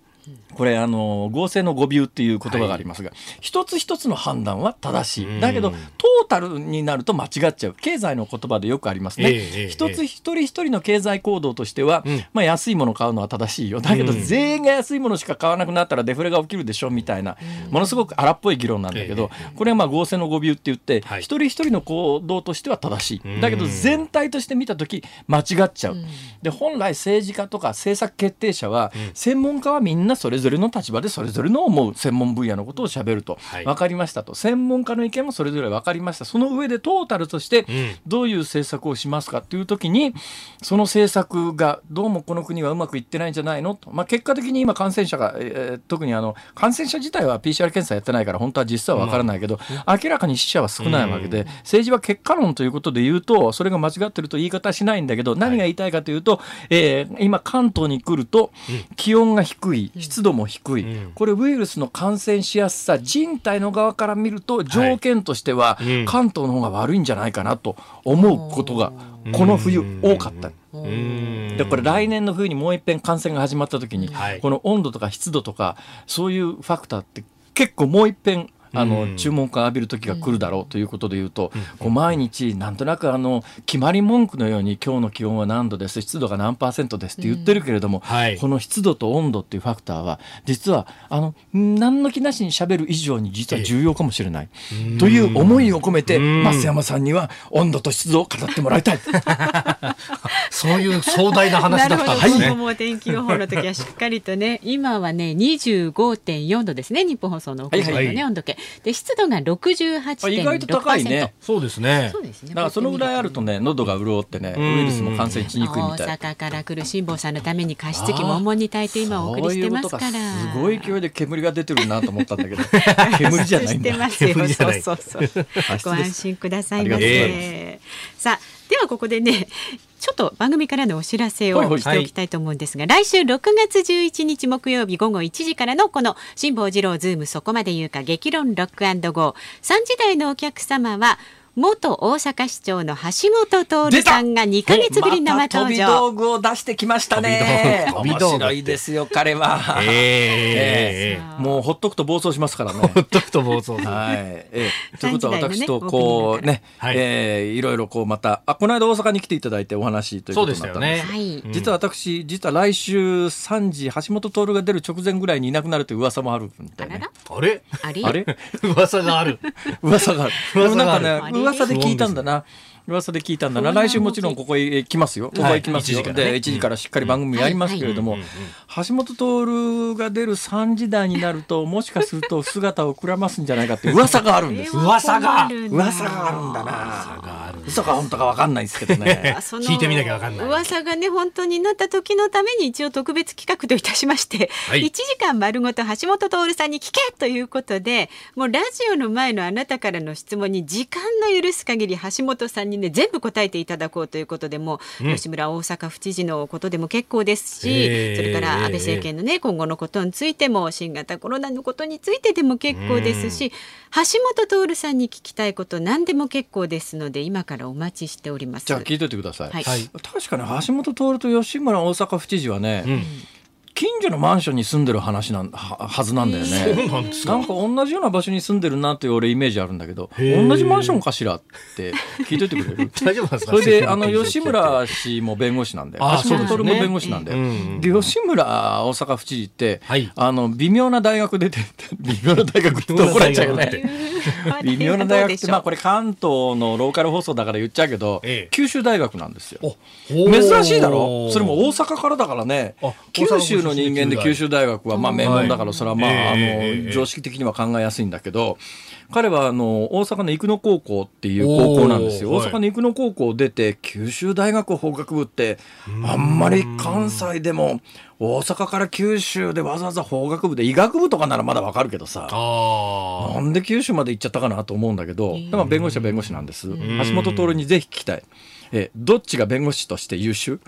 これあの合成の語尾っていう言葉がありますが、はい、一つ一つの判断は正しい。だけどトータルになると間違っちゃう。経済の言葉でよくありますね。えー、一つ一人一人の経済行動としては、うん、まあ、安いものを買うのは正しいよ。だけど全員が安いものしか買わなくなったらデフレが起きるでしょみたいな、ものすごく荒っぽい議論なんだけど、えー、これはまあ合成の語尾って言って、はい、一人一人の行動としては正しい。だけど全体として見たとき間違っちゃう。で本来政治家とか政策決定者は、うん、専門家はみんなそれぞれの立場でそれぞれの思う専門分野のことをしゃべると、はい、分かりましたと、専門家の意見もそれぞれ分かりました、その上でトータルとしてどういう政策をしますかというときに、その政策がどうもこの国はうまくいってないんじゃないのと、まあ、結果的に今感染者が、えー、特にあの感染者自体は ピーシーアール 検査やってないから本当は実際は分からないけど、まあ、明らかに死者は少ないわけで、政治は結果論ということで言うとそれが間違ってると言い方はしないんだけど、何が言いたいかというと、はい、えー、今関東に来ると気温が低い、湿度も低い、うん、これウイルスの感染しやすさ人体の側から見ると条件としては関東の方が悪いんじゃないかなと思うことがこの冬多かった。でこれ来年の冬にもう一遍感染が始まった時に、はい、この温度とか湿度とかそういうファクターって結構もう一遍あの注文感を浴びる時が来るだろうということでいうと、こう毎日なんとなくあの決まり文句のように今日の気温は何度です、湿度が何パーセントですって言ってるけれども、はい、この湿度と温度っていうファクターは実はあの何の気なしに喋る以上に実は重要かもしれない、えー、という思いを込めて増山さんには温度と湿度を語ってもらいたいそういう壮大な話だったんですね。 なるほど、もう天気予報の時はしっかりとね今はね にじゅうごてんよん 度ですね、日本放送の屋上のね、はいはい、温度計で湿度が ろくじゅうはちてんろくパーセント。 意外と高いね。 そうですね。 そうですね。 だからそのぐらいあるとね喉が潤ってねウイルスも感染しにくいみたい。 大阪から来る辛坊さんのために加湿器もんもんに炊いて今お送りしてますから。 すごい勢いで煙が出てるなと思ったんだけど煙じゃないんだ。 煙じゃない。そうそうそうご安心くださいませ。さあではここでねちょっと番組からのお知らせをしておきたいと思うんですが、はい、来週ろくがつじゅういちにち木曜日午後いちじからのこの辛坊治郎ズームそこまで言うか激論ロック&ゴーさんじ台のお客様は元大阪市長の橋本徹さんがにかげつぶり生登場。また飛び道具を出してきましたね。面白いですよ彼は、えーえー、もうほっとくと暴走しますからね。 ほっとくと暴走、はいえー、ということは私とこうね、はいえー、いろいろこうまたあこの間大阪に来ていただいてお話ということになったんです。そうでしたよね、はい、実は私実は来週さんじ橋本徹が出る直前ぐらいにいなくなるという噂もあるみたいね。 あれあれあれ噂がある噂がある噂があるなんかね噂で聞いたんだな噂で聞いたんだな。来週もちろんここへ来ますよ。ここへ来ますよ、はい、でいちじからしっかり番組やりますけれども、橋本徹が出るさんじ台になるともしかすると姿をくらますんじゃないかっていう噂があるんです。 噂が噂があるんだな。嘘か本当か分かんないですけどね聞いてみなきゃ分かんない。 噂がね本当になった時のために一応特別企画といたしまして、はい、いちじかん丸ごと橋本徹さんに聞けということで、もうラジオの前のあなたからの質問に時間の許す限り橋本さんにね全部答えていただこうということでも、うん、吉村大阪府知事のことでも結構ですし、えー、それから安倍政権のね今後のことについても新型コロナのことについてでも結構ですし、うん、橋本徹さんに聞きたいこと何でも結構ですので今からお待ちしております。 じゃあ聞いておいてください、はい、確かに橋本徹と吉村大阪府知事はね、うん近所のマンションに住んでる話なん は, はずなんだよね。 そうなんですか。 なんか同じような場所に住んでるなという俺イメージあるんだけど同じマンションかしらって聞いといてくれる大丈夫ですか。 それであの吉村氏も弁護士なんで橋本徹も弁護士なんで、ね、で吉村大阪府知事って、はい、あの微妙な大学出て微妙な大学って怒られちゃうよね微妙な大学ってまあこれ関東のローカル放送だから言っちゃうけど、ええ、九州大学なんですよ。珍しいだろ。それも大阪からだからね。九州の人間で九州大学はまあ名門だからそれはまああの常識的には考えやすいんだけど、彼はあの大阪の生野高校っていう高校なんですよ。大阪の生野高校を出て九州大学法学部ってあんまり関西でも大阪から九州でわざわざ法学部で医学部とかならまだわかるけどさ、なんで九州まで行っちゃったかなと思うんだけど、でも弁護士は弁護士なんです。橋本徹にぜひ聞きたい。えどっちが弁護士として優秀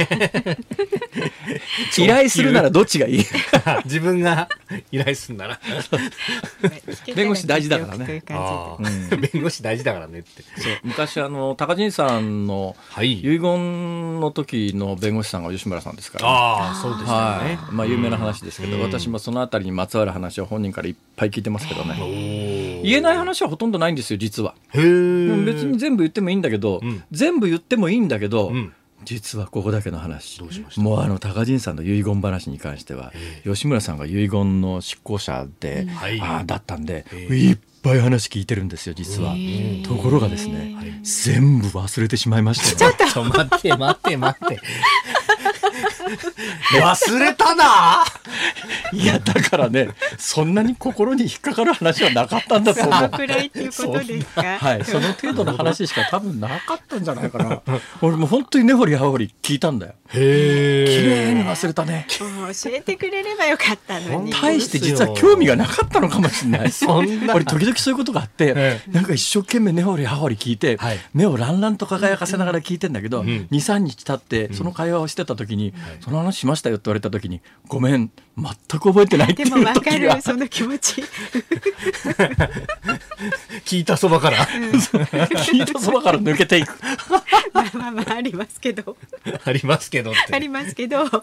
依頼するならどっちがいい自分が依頼するなら弁護士大事だからね。 あ、うん、弁護士大事だからねって。 そう昔あの高陣さんの遺言の時の弁護士さんが吉村さんですから、ね、 ああそうしたよね。 はい、まあ、有名な話ですけど、うん、私もそのあたりにまつわる話を本人からいっぱい聞いてますけどね。言えない話はほとんどないんですよ実は。 へー。 別に全部言ってもいいんだけど、うん、全部言ってもいいんだけど、うん、実はここだけの話。 どうしました？ もうあの高人さんの遺言話に関しては吉村さんが遺言の執行者で、うん、あだったんでいっぱい話聞いてるんですよ実は。ところがですね、はい、全部忘れてしまいましたよ。 ちょっと待って待って待って忘れたな。 いやだからね、そんなに心に引っかかる話はなかったんだと思う。 そのくらいっていうことですか。 はい、その程度の話しか多分なかったんじゃないかな。俺もう本当に根掘り葉掘り聞いたんだよ。 へー、綺麗に忘れたね。 教えてくれればよかったのに。 大して実は興味がなかったのかもしれない。そんな俺時々そういうことがあって、ええ、なんか一生懸命根掘り葉掘り聞いて、はい、目をランランと輝かせながら聞いてんだけど、うん、にさんにち経ってその会話をしてた時に、うん、その話しましたよって言われた時にごめん全く覚えてないっていう時が。 でも分かるその気持ち。 聞いたそばから、うん、 聞いたそばから抜けていく。 まあまあまあありますけどありますけどってありますけど、はい、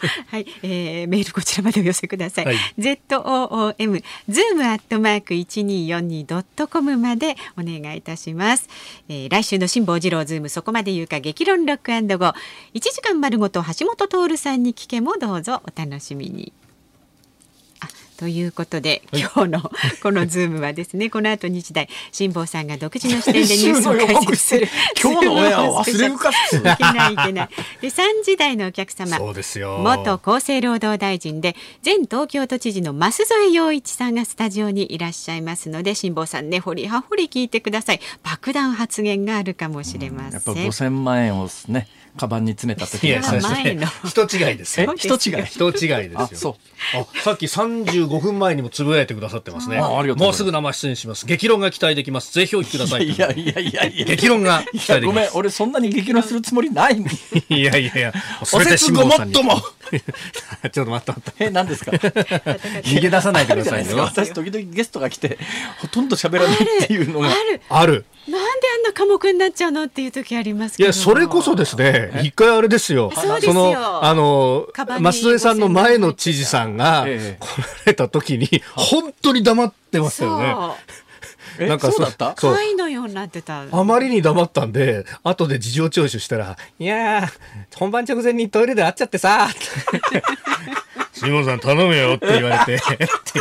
えー、メールこちらまでお寄せください、はい、ズーム ズーム アットマーク いちにーよんに ドットコム までお願いいたします、えー、来週の辛坊治郎ズームそこまで言うか激論ロック&ゴーいちじかん丸ごと橋本徹さんに聞けもどうぞお楽しみに。ということで、はい、今日のこのズームはですねこの後日大辛坊さんが独自の視点でニュースを解説する今日の親を忘れるか。 いけないいけない。でさんじ台のお客様、 そうですよ、 元厚生労働大臣で前東京都知事の増添洋一さんがスタジオにいらっしゃいますので辛坊さんね掘り葉掘り聞いてください。爆弾発言があるかもしれません。 やっぱごせんまんえんをねカバンに詰めた時に前の人違いですよ。 人違い人違いですよ。 あ、そう。 あ、さっきさんじゅうごふんまえにもつぶやいてくださってますね。 あ、ありがとうございます。 もうすぐ生出演します。激論が期待できます。ぜひお聞きください。 いやいやいやいや。 激論が期待できます。 ごめん、俺そんなに激論するつもりない。 いやいやいや。 おせつごもっとも。 ちょっと待った待った。 え、何ですか。 逃げ出さないでくださいよ。 私時々ゲストが来てほとんど喋らないっていうのがある。 ある。 なんであんな科目になっちゃうのっていう時ありますけど。 いやそれこそですね。一回あれですよ。 そうですよ。 そのあの増添さんの前の知事さんが来られた時に本当に黙ってましたよね。 なんかそうだった？ 貝のようになってた。 あまりに黙ったんで後で事情聴取したらいや本番直前にトイレで会っちゃってさ辛坊さん頼むよって言われて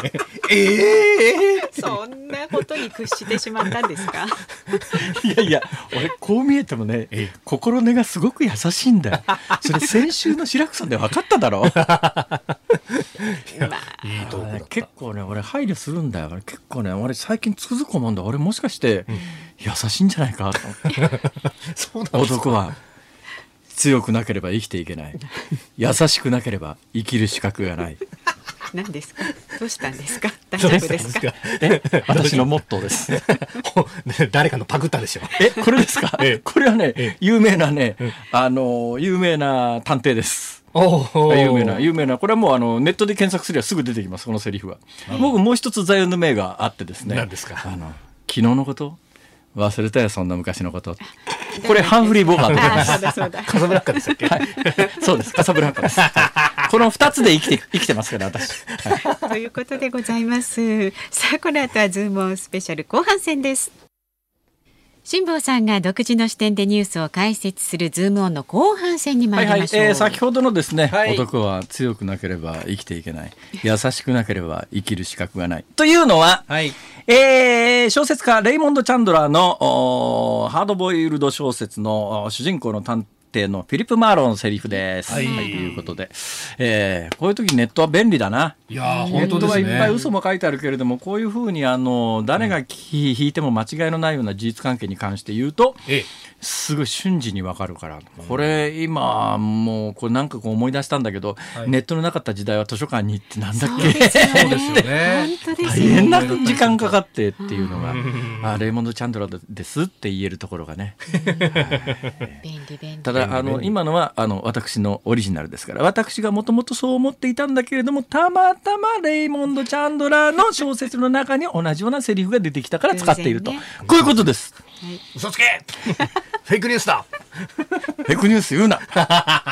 えー、そんなことに屈してしまったんですか。 いやいや俺こう見えてもね心根がすごく優しいんだよ。それ先週の白くさんで分かっただろ。いやいいとこだった。結構ね俺配慮するんだよ。結構ね俺最近つくづく思うんだ。俺もしかして優しいんじゃないかと。 そうなんですか。 男は強くなければ生きていけない。優しくなければ生きる資格がない。 何ですか。どうしたんですか。大丈夫ですか。 え、私のモットーです。 誰かのパクったでしょ。 え、これですか。えこれはね、え有名なね、あの有名な探偵です。有名な有名なこれはもうあのネットで検索すればすぐ出てきますこのセリフは。僕もう一つ座右の銘があってですね。 何ですか。 あの昨日のこと忘れたよそんな昔のこと。これハンフリー・ボガートです。 そうだそうだ。 カサブランカですっけ。はい、 そうですカサブランカです。この二つで生きて生きてますから私。 はい、ということでございます。さあこの後はズームオンスペシャル後半戦です。辛坊さんが独自の視点でニュースを解説するズームオンの後半戦に参りましょう。 はいはい、えー、先ほどのですね、 はい、 男は強くなければ生きていけない、優しくなければ生きる資格がないというのは、はい、えー、小説家レイモンド・チャンドラーのハードボイルド小説の主人公の探偵のフィリップ・マーローのセリフです、はいはい、ということで、えー、こういう時ネットは便利だな。 いやネットはいっぱい嘘も書いてあるけれどもこういうふうにあの誰が引いても間違いのないような事実関係に関して言うと、ええ、すごい瞬時に分かるから。これ今もうこれなんかこう思い出したんだけど、はい、ネットのなかった時代は図書館に行ってなんだっけ。 そうですよね。 大変な時間かかってっていうのがあレイモンド・チャンドラーですって言えるところがね。 便利便利。 ただあの今のはあの私のオリジナルですから私がもともとそう思っていたんだけれどもたまたまレイモンド・チャンドラーの小説の中に同じようなセリフが出てきたから使っていると、ね、こういうことです、 はい、嘘つけフェイクニュースだフェイクニュース言うな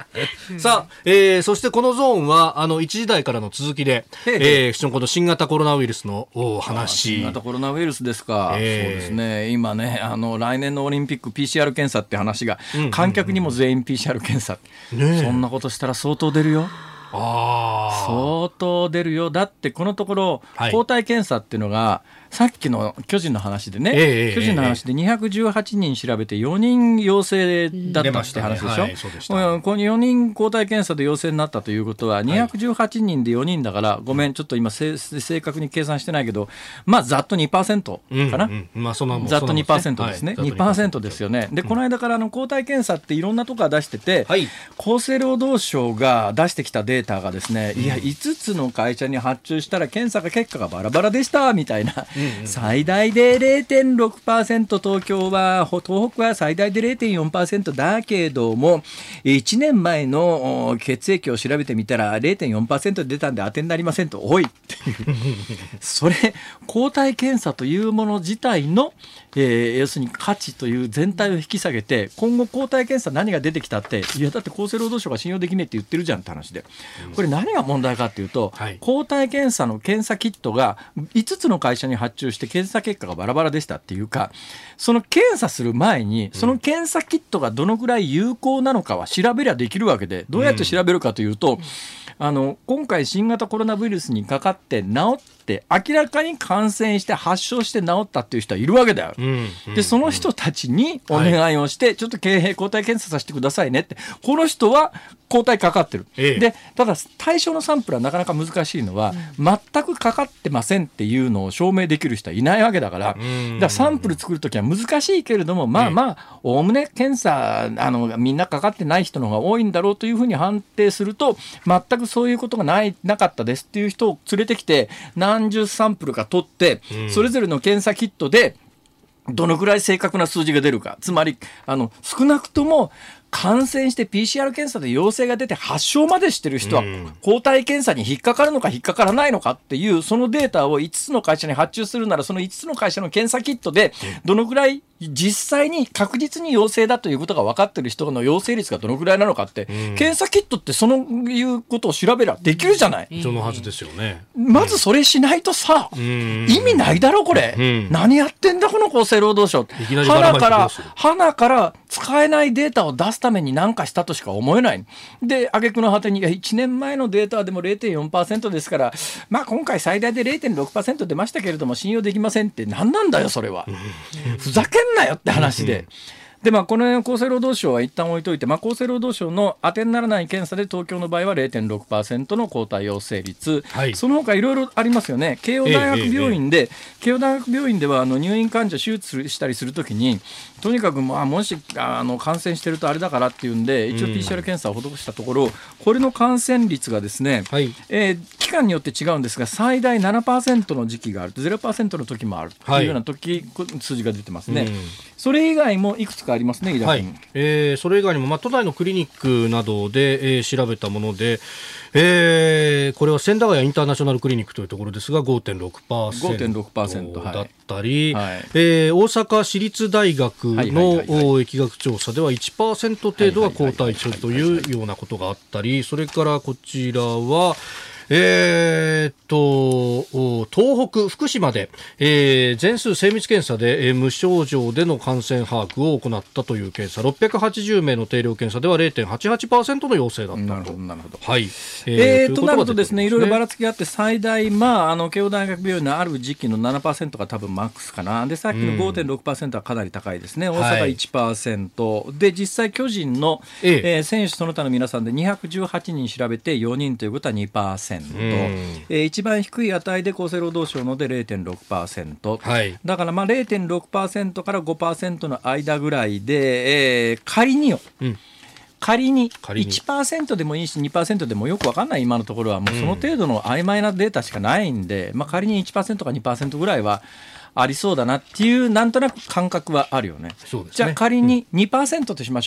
さあ、えー、そしてこのゾーンはあのいちじ台からの続きで、えー、この新型コロナウイルスのお話。 新型コロナウイルスですか、えー、そうですね。今ね、あの来年のオリンピック ピーシーアール 検査って話が、うんうんうん、観客にも全員 ピーシーアール 検査、ね、そんなことしたら相当出るよ。あ相当出るよ。だってこのところ、はい、抗体検査っていうのがさっきの巨人の話でね、えー、巨人の話でにひゃくじゅうはちにん調べてよにん陽性だったって話でしょ、はい、そうでした。このよにん抗体検査で陽性になったということはにひゃくじゅうはちにんでよにんだから、はい、ごめんちょっと今正確に計算してないけど、まあざっと にパーセント かな、うんうんまあ、そざっと にパーセント ですね、はい、にパーセント ですよね。でこの間からあの抗体検査っていろんなところが出してて、はい、厚生労働省が出してきたデータがですね、うん、いやいつつの会社に発注したら検査が結果がバラバラでしたみたいな、うんうん、最大で れいてんろくパーセント 東京は東北は最大で れいてんよんパーセント だけどもいちねんまえの血液を調べてみたら れいてんよんパーセント 出たんで当てになりませんと、おいっていうそれ抗体検査というもの自体の、えー、要するに価値という全体を引き下げて、今後抗体検査何が出てきたって、いやだって厚生労働省が信用できねえって言ってるじゃんって話で、これ何が問題かっていうと、はい、抗体検査の検査キットがいつつの会社に発注して検査結果がバラバラでしたっていうか、その検査する前にその検査キットがどのくらい有効なのかは調べりゃできるわけで、どうやって調べるかというと、うん、あの今回新型コロナウイルスにかかって治って明らかに感染して発症して治ったっていう人はいるわけだよ、うんうん、でその人たちにお願いをして、はい、ちょっと経営抗体検査させてくださいねって、この人は抗体かかってる、ええ、でただ対象のサンプルはなかなか難しいのは、うん、全くかかってませんっていうのを証明できる人はいないわけだから、だからサンプル作るときは難しいけれども、まあまあおおむね検査あのみんなかかってない人の方が多いんだろうというふうに判定すると、全くそういうことがないなかったですっていう人を連れてきて何十サンプルか取って、うん、それぞれの検査キットでどのくらい正確な数字が出るか、つまりあの少なくとも感染して ピーシーアール 検査で陽性が出て発症までしてる人は抗体検査に引っかかるのか引っかからないのかっていうそのデータをいつつの会社に発注するなら、そのいつつの会社の検査キットでどのくらい実際に確実に陽性だということが分かっている人の陽性率がどのくらいなのかって、検査キットってそのいうことを調べればできるじゃない。 そのはずですよね。 まずそれしないとさ、意味ないだろこれ。何やってんだこの厚生労働省。鼻から鼻から使えないデータを出すために何かしたとしか思えない。で挙句の果てにいちねんまえのデータでも れいてんよんパーセント ですから、まあ今回最大で れいてんろくパーセント 出ましたけれども信用できませんって何なんだよそれは。ふざけんなよって話で。でまあ、この厚生労働省は一旦置いといて、まあ、厚生労働省の当てにならない検査で東京の場合は れいてんろくパーセント の抗体陽性率、はい、その他いろいろありますよね。慶応大学病院で、ええええ、慶応大学病院ではあの入院患者手術したりするときにとにかく、まあ、もしあの感染してるとあれだからっていうんで一応 ピーシーアール 検査を施したところ、うん、これの感染率がですね、はいえー、期間によって違うんですが最大 ななパーセント の時期があると ゼロパーセント の時もあるというような時、はい、数字が出てますね、うん、それ以外もいくつかありますね。井田君、はいえー、それ以外にも、まあ、都内のクリニックなどで、えー、調べたもので、えー、これは千駄ヶ谷インターナショナルクリニックというところですが ごてんろくパーセントごてんろくパーセントだったり、はいえー、大阪市立大学の疫学調査ではいちパーセント 程度が抗体値というようなことがあったり、それからこちらはえー、っと東北福島で、えー、全数精密検査で、えー、無症状での感染把握を行ったという検査ろっぴゃくはちじゅうめいの定量検査では れいてんはちはちパーセント の陽性だったと。 なるほどなるほど、 はいえー、となるとですね、いろいろばらつきがあって最大、まあ、あの慶応大学病院のある時期の ななパーセント が多分マックスかな。でさっきの ごてんろくパーセント はかなり高いですね、うん、大阪 いちパーセント、はい、で実際巨人の、えええー、選手その他の皆さんでにひゃくじゅうはちにん調べてよにんということは にパーセント、うんえー、一番低い値で厚生労働省ので れいてんろくパーセント、はい、だからまあ れいてんろくパーセント から ごパーセント の間ぐらいで、えー、仮によ、うん、仮に いちパーセント でもいいし にパーセント でもよく分かんない今のところはもうその程度の曖昧なデータしかないんで、うんまあ、仮に いちパーセント か にパーセント ぐらいはありそうだなっていうなんとなく感覚はあるよね。そうですね。じゃあ仮に にパーセント としましょう、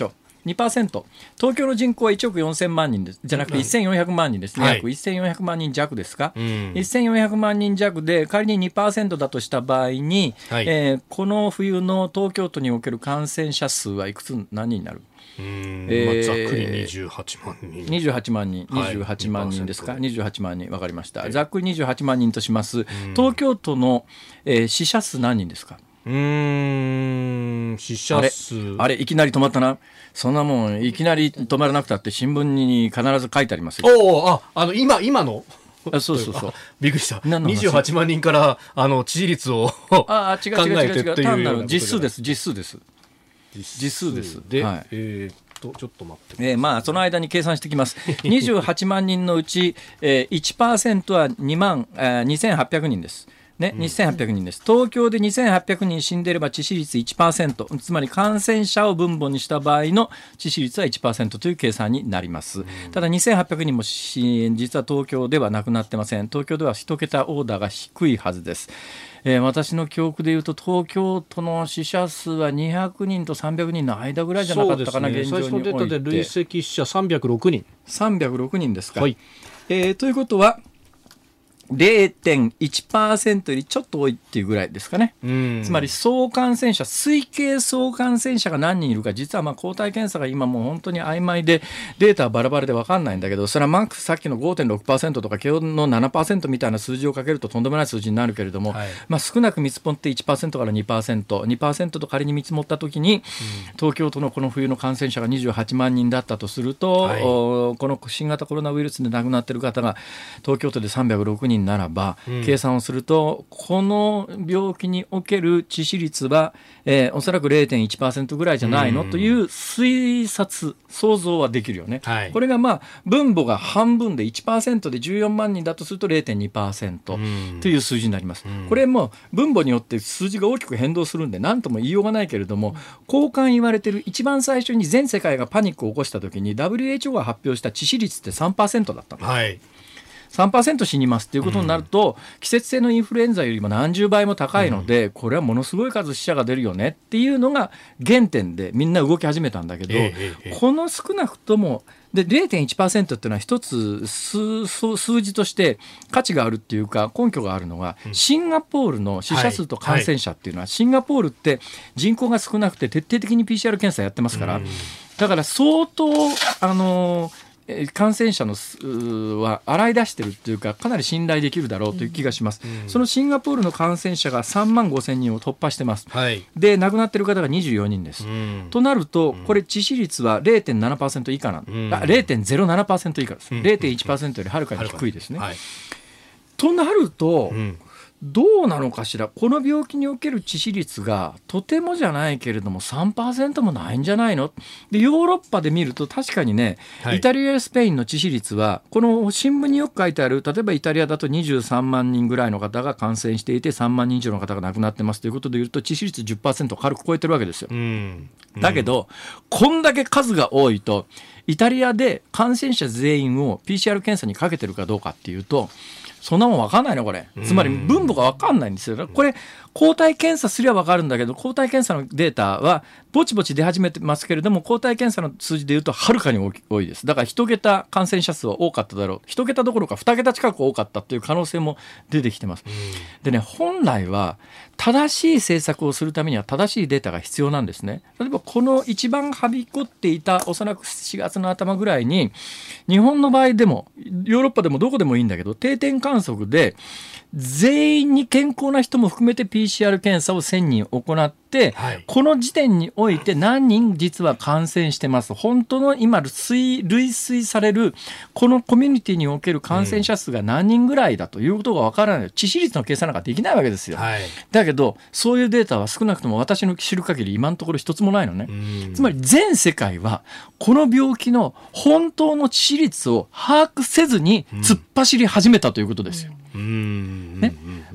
にパーセント、東京の人口はいちおくよんせんまんにんですじゃなくてせんよんひゃくまんにんですね、はい、約せんよんひゃくまんにん弱ですか、うん、せんよんひゃくまんにん弱で仮に にパーセント だとした場合に、はい、えー、この冬の東京都における感染者数はいくつ何人になる？ うーん、えーまあ、ざっくりにじゅうはちまんにんにじゅうはちまんにん、はい、にじゅうはちまんにんですか、にじゅうはちまんにん、分かりました、ざっくりにじゅうはちまんにんとします。東京都の、えー、死者数何人ですか？ うーん、死者数あれ、あれいきなり止まったな。そんなもんいきなり止まらなくたって新聞に必ず書いてありますよ。 おお、あ、あの今今のあ、そうそうそう、 びっくりした。にじゅうはちまんにんからあの致死率をああ、違う違う違う違う、単なる実数です。実数です実数です。 で、 はい、 えー、とちょっと待って、 えーまあ、その間に計算してきます。にじゅうはちまんにんのうち、えー、いちパーセント はにまん、えー、にせんはっぴゃくにんです。ね、にせんはっぴゃくにんです。東京でにせんはっぴゃくにん死んでいれば致死率 いちパーセント、つまり感染者を分母にした場合の致死率は いちパーセント という計算になります。ただにせんはっぴゃくにんも実は東京では亡くなってません。東京では一桁オーダーが低いはずです。えー、私の記憶でいうと東京都の死者数はにひゃくにんとさんびゃくにんの間ぐらいじゃなかったかな、ね、現状において。 最初のデータで累積死者さんびゃくろくにん。 さんびゃくろくにんですか、 はい、 えー、ということは れいてんいちパーセント よりちょっと多いっていうぐらいですかね。つまり総感染者、推計総感染者が何人いるか、実はまあ抗体検査が今もう本当に曖昧でデータはバラバラで分かんないんだけど、それはマックスさっきの ごてんろくパーセント とか気温の ななパーセント みたいな数字をかけるととんでもない数字になるけれども、はい、まあ、少なく見積もって いちパーセント から にパーセント、にパーセント と仮に見積もったときに、うん、東京都のこの冬の感染者がにじゅうはちまんにんだったとすると、はい、この新型コロナウイルスで亡くなっている方が東京都でさんびゃくろくにんならば、うん、計算をするとこの病気における致死率は、えー、おそらく れいてんいちパーセント ぐらいじゃないの、うん、という推察想像はできるよね、はい、これがまあ分母が半分で いちパーセント でじゅうよんまんにんだとすると れいてんにパーセント という数字になります、うん、これも分母によって数字が大きく変動するんで何とも言いようがないけれども、交換言われている一番最初に全世界がパニックを起こした時に ダブリューエイチオー が発表した致死率って さんパーセント だったの、はい、さんパーセント 死にますということになると、うん、季節性のインフルエンザよりも何十倍も高いので、うん、これはものすごい数死者が出るよねっていうのが原点でみんな動き始めたんだけど、ええええ、この少なくともで れいてんいちパーセント っていうのは一つ 数, 数字として価値があるっていうか根拠があるのは、うん、シンガポールの死者数と感染者っていうのは、はいはい、シンガポールって人口が少なくて徹底的に ピーシーアール 検査やってますから、うん、だから相当あのー感染者の数は洗い出してるっていうかかなり信頼できるだろうという気がします、うん、そのシンガポールの感染者がさんまんごせんにんを突破してます、はい、で亡くなっている方がにじゅうよにんです、うん、となるとこれ致死率は れいてんななパーセント 以下なん、うん、あ れいてんゼロななパーセント 以下です、うん、れいてんいちパーセント よりはるかに低いですね、はい、となると、うん、どうなのかしら、この病気における致死率がとてもじゃないけれども さんパーセント もないんじゃないので、ヨーロッパで見ると確かにね、はい、イタリアやスペインの致死率はこの新聞によく書いてある、例えばイタリアだとにじゅうさんまんにんぐらいの方が感染していてさんまんにん以上の方が亡くなってますということでいうと致死率 じゅっパーセント を軽く超えてるわけですよ、うんうん、だけどこんだけ数が多いとイタリアで感染者全員を ピーシーアール 検査にかけてるかどうかっていうとそんなもん分かんないのこれ。つまり分母が分かんないんですよ。これ抗体検査すりゃ分かるんだけど、抗体検査のデータはぼちぼち出始めてますけれども、抗体検査の数字でいうとはるかに多いです。だから一桁感染者数は多かっただろう、一桁どころか二桁近く多かったという可能性も出てきてます。でね、本来は正しい政策をするためには正しいデータが必要なんですね。例えばこの一番はびこっていたおそらくしがつの頭ぐらいに、日本の場合でもヨーロッパでもどこでもいいんだけど、定点観測で全員に健康な人も含めて ピーシーアール 検査をせんにん行って、はい、この時点において何人実は感染してます、本当の今推類推されるこのコミュニティにおける感染者数が何人ぐらいだということが分からない、致死率の計算なんかできないわけですよ、はい、だけどそういうデータは少なくとも私の知る限り今のところ一つもないのね。つまり全世界はこの病気の本当の致死率を把握せずに突っ走り始めたということですよ、ね、で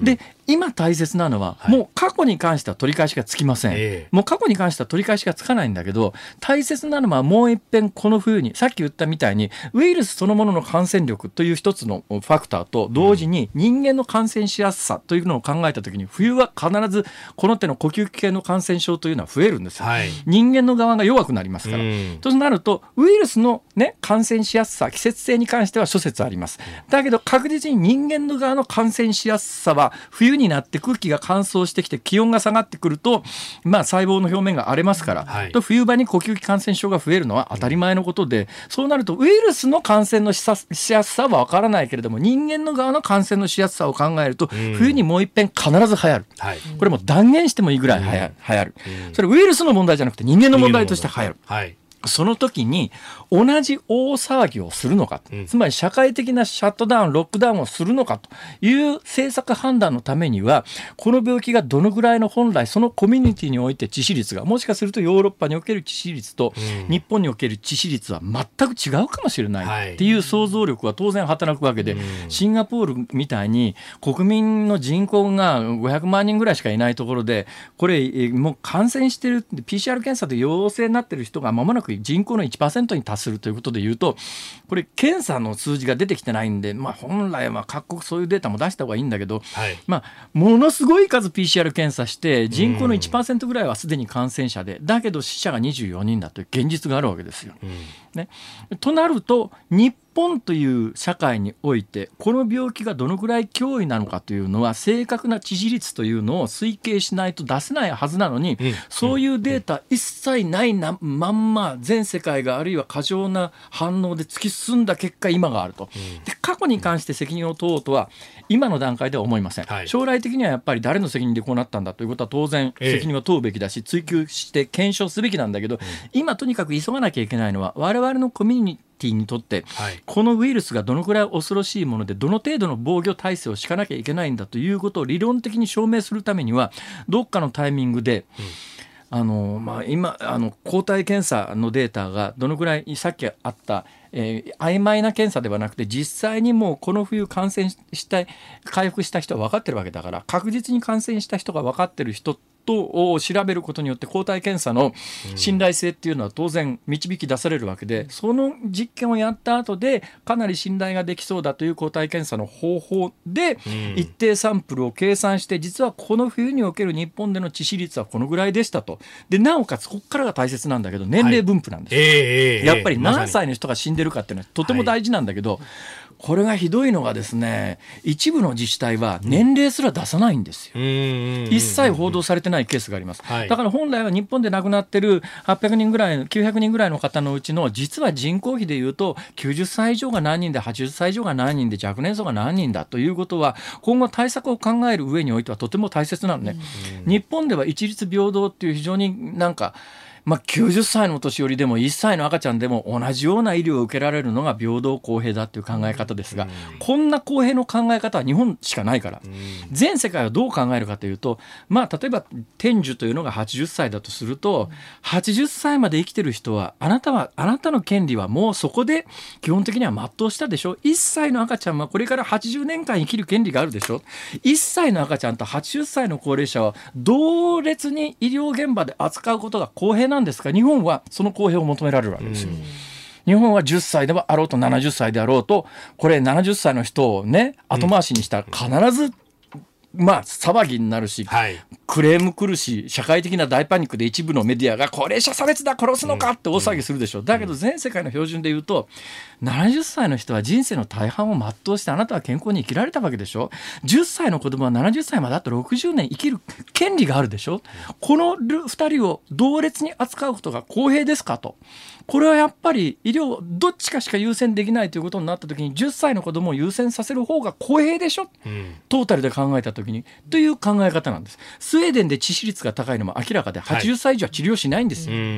今大切なのは、はい、もう過去に関しては取り返しがつきません、えー、もう過去に関しては取り返しがつかないんだけど、大切なのはもう一遍この冬にさっき言ったみたいにウイルスそのものの感染力という一つのファクターと同時に人間の感染しやすさというのを考えたときに、冬は必ずこの手の呼吸器系の感染症というのは増えるんですよ、はい、人間の側が弱くなりますから、うん、となるとウイルスの、ね、感染しやすさ季節性に関しては諸説あります。だけど確実に人間の側の感染しやすさは冬になって空気が乾燥してきて気温が下がってくると、まあ、細胞の表面が荒れますから、はい、と冬場に呼吸器感染症が増えるのは当たり前のことで、うん、そうなるとウイルスの感染のしやすさは分からないけれども人間の側の感染のしやすさを考えると、うん、冬にもう一遍必ず流行る、はい、これも断言してもいいぐらい流行る、うん、流行る、うん、それウイルスの問題じゃなくて人間の問題として流行る、はい、その時に同じ大騒ぎをするのか、うん、つまり社会的なシャットダウンロックダウンをするのかという政策判断のためには、この病気がどのぐらいの本来そのコミュニティにおいて致死率が、もしかするとヨーロッパにおける致死率と日本における致死率は全く違うかもしれないっていう想像力は当然働くわけで、シンガポールみたいに国民の人口がごひゃくまんにんぐらいしかいないところで、これもう感染してる ピーシーアール 検査で陽性になってる人が間もなく人口の いちパーセント に達するということでいうと、これ検査の数字が出てきてないんで、まあ、本来は各国そういうデータも出した方がいいんだけど、はい、まあ、ものすごい数 ピーシーアール 検査して人口の いちパーセント ぐらいはすでに感染者で、だけど死者がにじゅうよにんだという現実があるわけですよ、うんね、となると日本という社会においてこの病気がどのくらい脅威なのかというのは正確な致死率というのを推計しないと出せないはずなのに、うん、そういうデータ一切ないなまんま全世界があるいは過剰な反応で突き進んだ結果今があると、うん、で過去に関して責任を問おうとは今の段階では思いません、はい、将来的にはやっぱり誰の責任でこうなったんだということは当然責任を問うべきだし、追及して検証すべきなんだけど、うん、今とにかく急がなきゃいけないのは我々のコミュニティにとって、はい、このウイルスがどのくらい恐ろしいものでどの程度の防御体制を敷かなきゃいけないんだということを理論的に証明するためにはどっかのタイミングで、うん、あのまあ、今あの抗体検査のデータがどのくらいさっきあった、えー、曖昧な検査ではなくて実際にもうこの冬感染した回復した人は分かってるわけだから、確実に感染した人が分かってる人を調べることによって抗体検査の信頼性っていうのは当然導き出されるわけで、その実験をやった後でかなり信頼ができそうだという抗体検査の方法で一定サンプルを計算して、実はこの冬における日本での致死率はこのぐらいでしたと。でなおかつここからが大切なんだけど年齢分布なんです、はい、えー、やっぱり何歳の人が死んでるかっていうのはとても大事なんだけど、はい、これがひどいのがですね、一部の自治体は年齢すら出さないんですよ、うん、一切報道されてないケースがあります、はい、だから本来は日本で亡くなってるはっぴゃくにんぐらいきゅうひゃくにんぐらいの方のうちの実は人口比でいうときゅうじゅっさい以上が何人ではちじゅっさい以上が何人で若年層が何人だということは今後対策を考える上においてはとても大切なのね、うん、日本では一律平等っていう非常になんかまあ、きゅうじゅっさいのお年寄りでもいっさいの赤ちゃんでも同じような医療を受けられるのが平等公平だという考え方ですが、うん、こんな公平の考え方は日本しかないから、うん、全世界はどう考えるかというと、まあ、例えば天寿というのがはちじゅっさいだとすると、うん、はちじゅっさいまで生きてる人はあなたはあなたの権利はもうそこで基本的には全うしたでしょ。いっさいの赤ちゃんはこれからはちじゅうねんかん生きる権利があるでしょ。いっさいの赤ちゃんとはちじゅっさいの高齢者は同列に医療現場で扱うことが公平なんですか。日本はその公平を求められるわけですよ。日本はじゅっさいであろうとななじゅっさいであろうと、これななじゅっさいの人をね後回しにしたら必ずまあ騒ぎになるし、はい、クレーム来るし、社会的な大パニックで一部のメディアが高齢者差別だ殺すのかって大騒ぎするでしょ、うん、だけど全世界の標準で言うとななじゅっさいの人は人生の大半を全うしてあなたは健康に生きられたわけでしょ。じゅっさいの子供はななじゅっさいまであとろくじゅうねん生きる権利があるでしょ。このふたりを同列に扱うことが公平ですかと。これはやっぱり医療どっちかしか優先できないということになった時にじゅっさいの子供を優先させる方が公平でしょ、うん、トータルで考えた時にという考え方なんです。スウェーデンで致死率が高いのも明らかではちじゅっさい以上は治療しないんですよ、はい、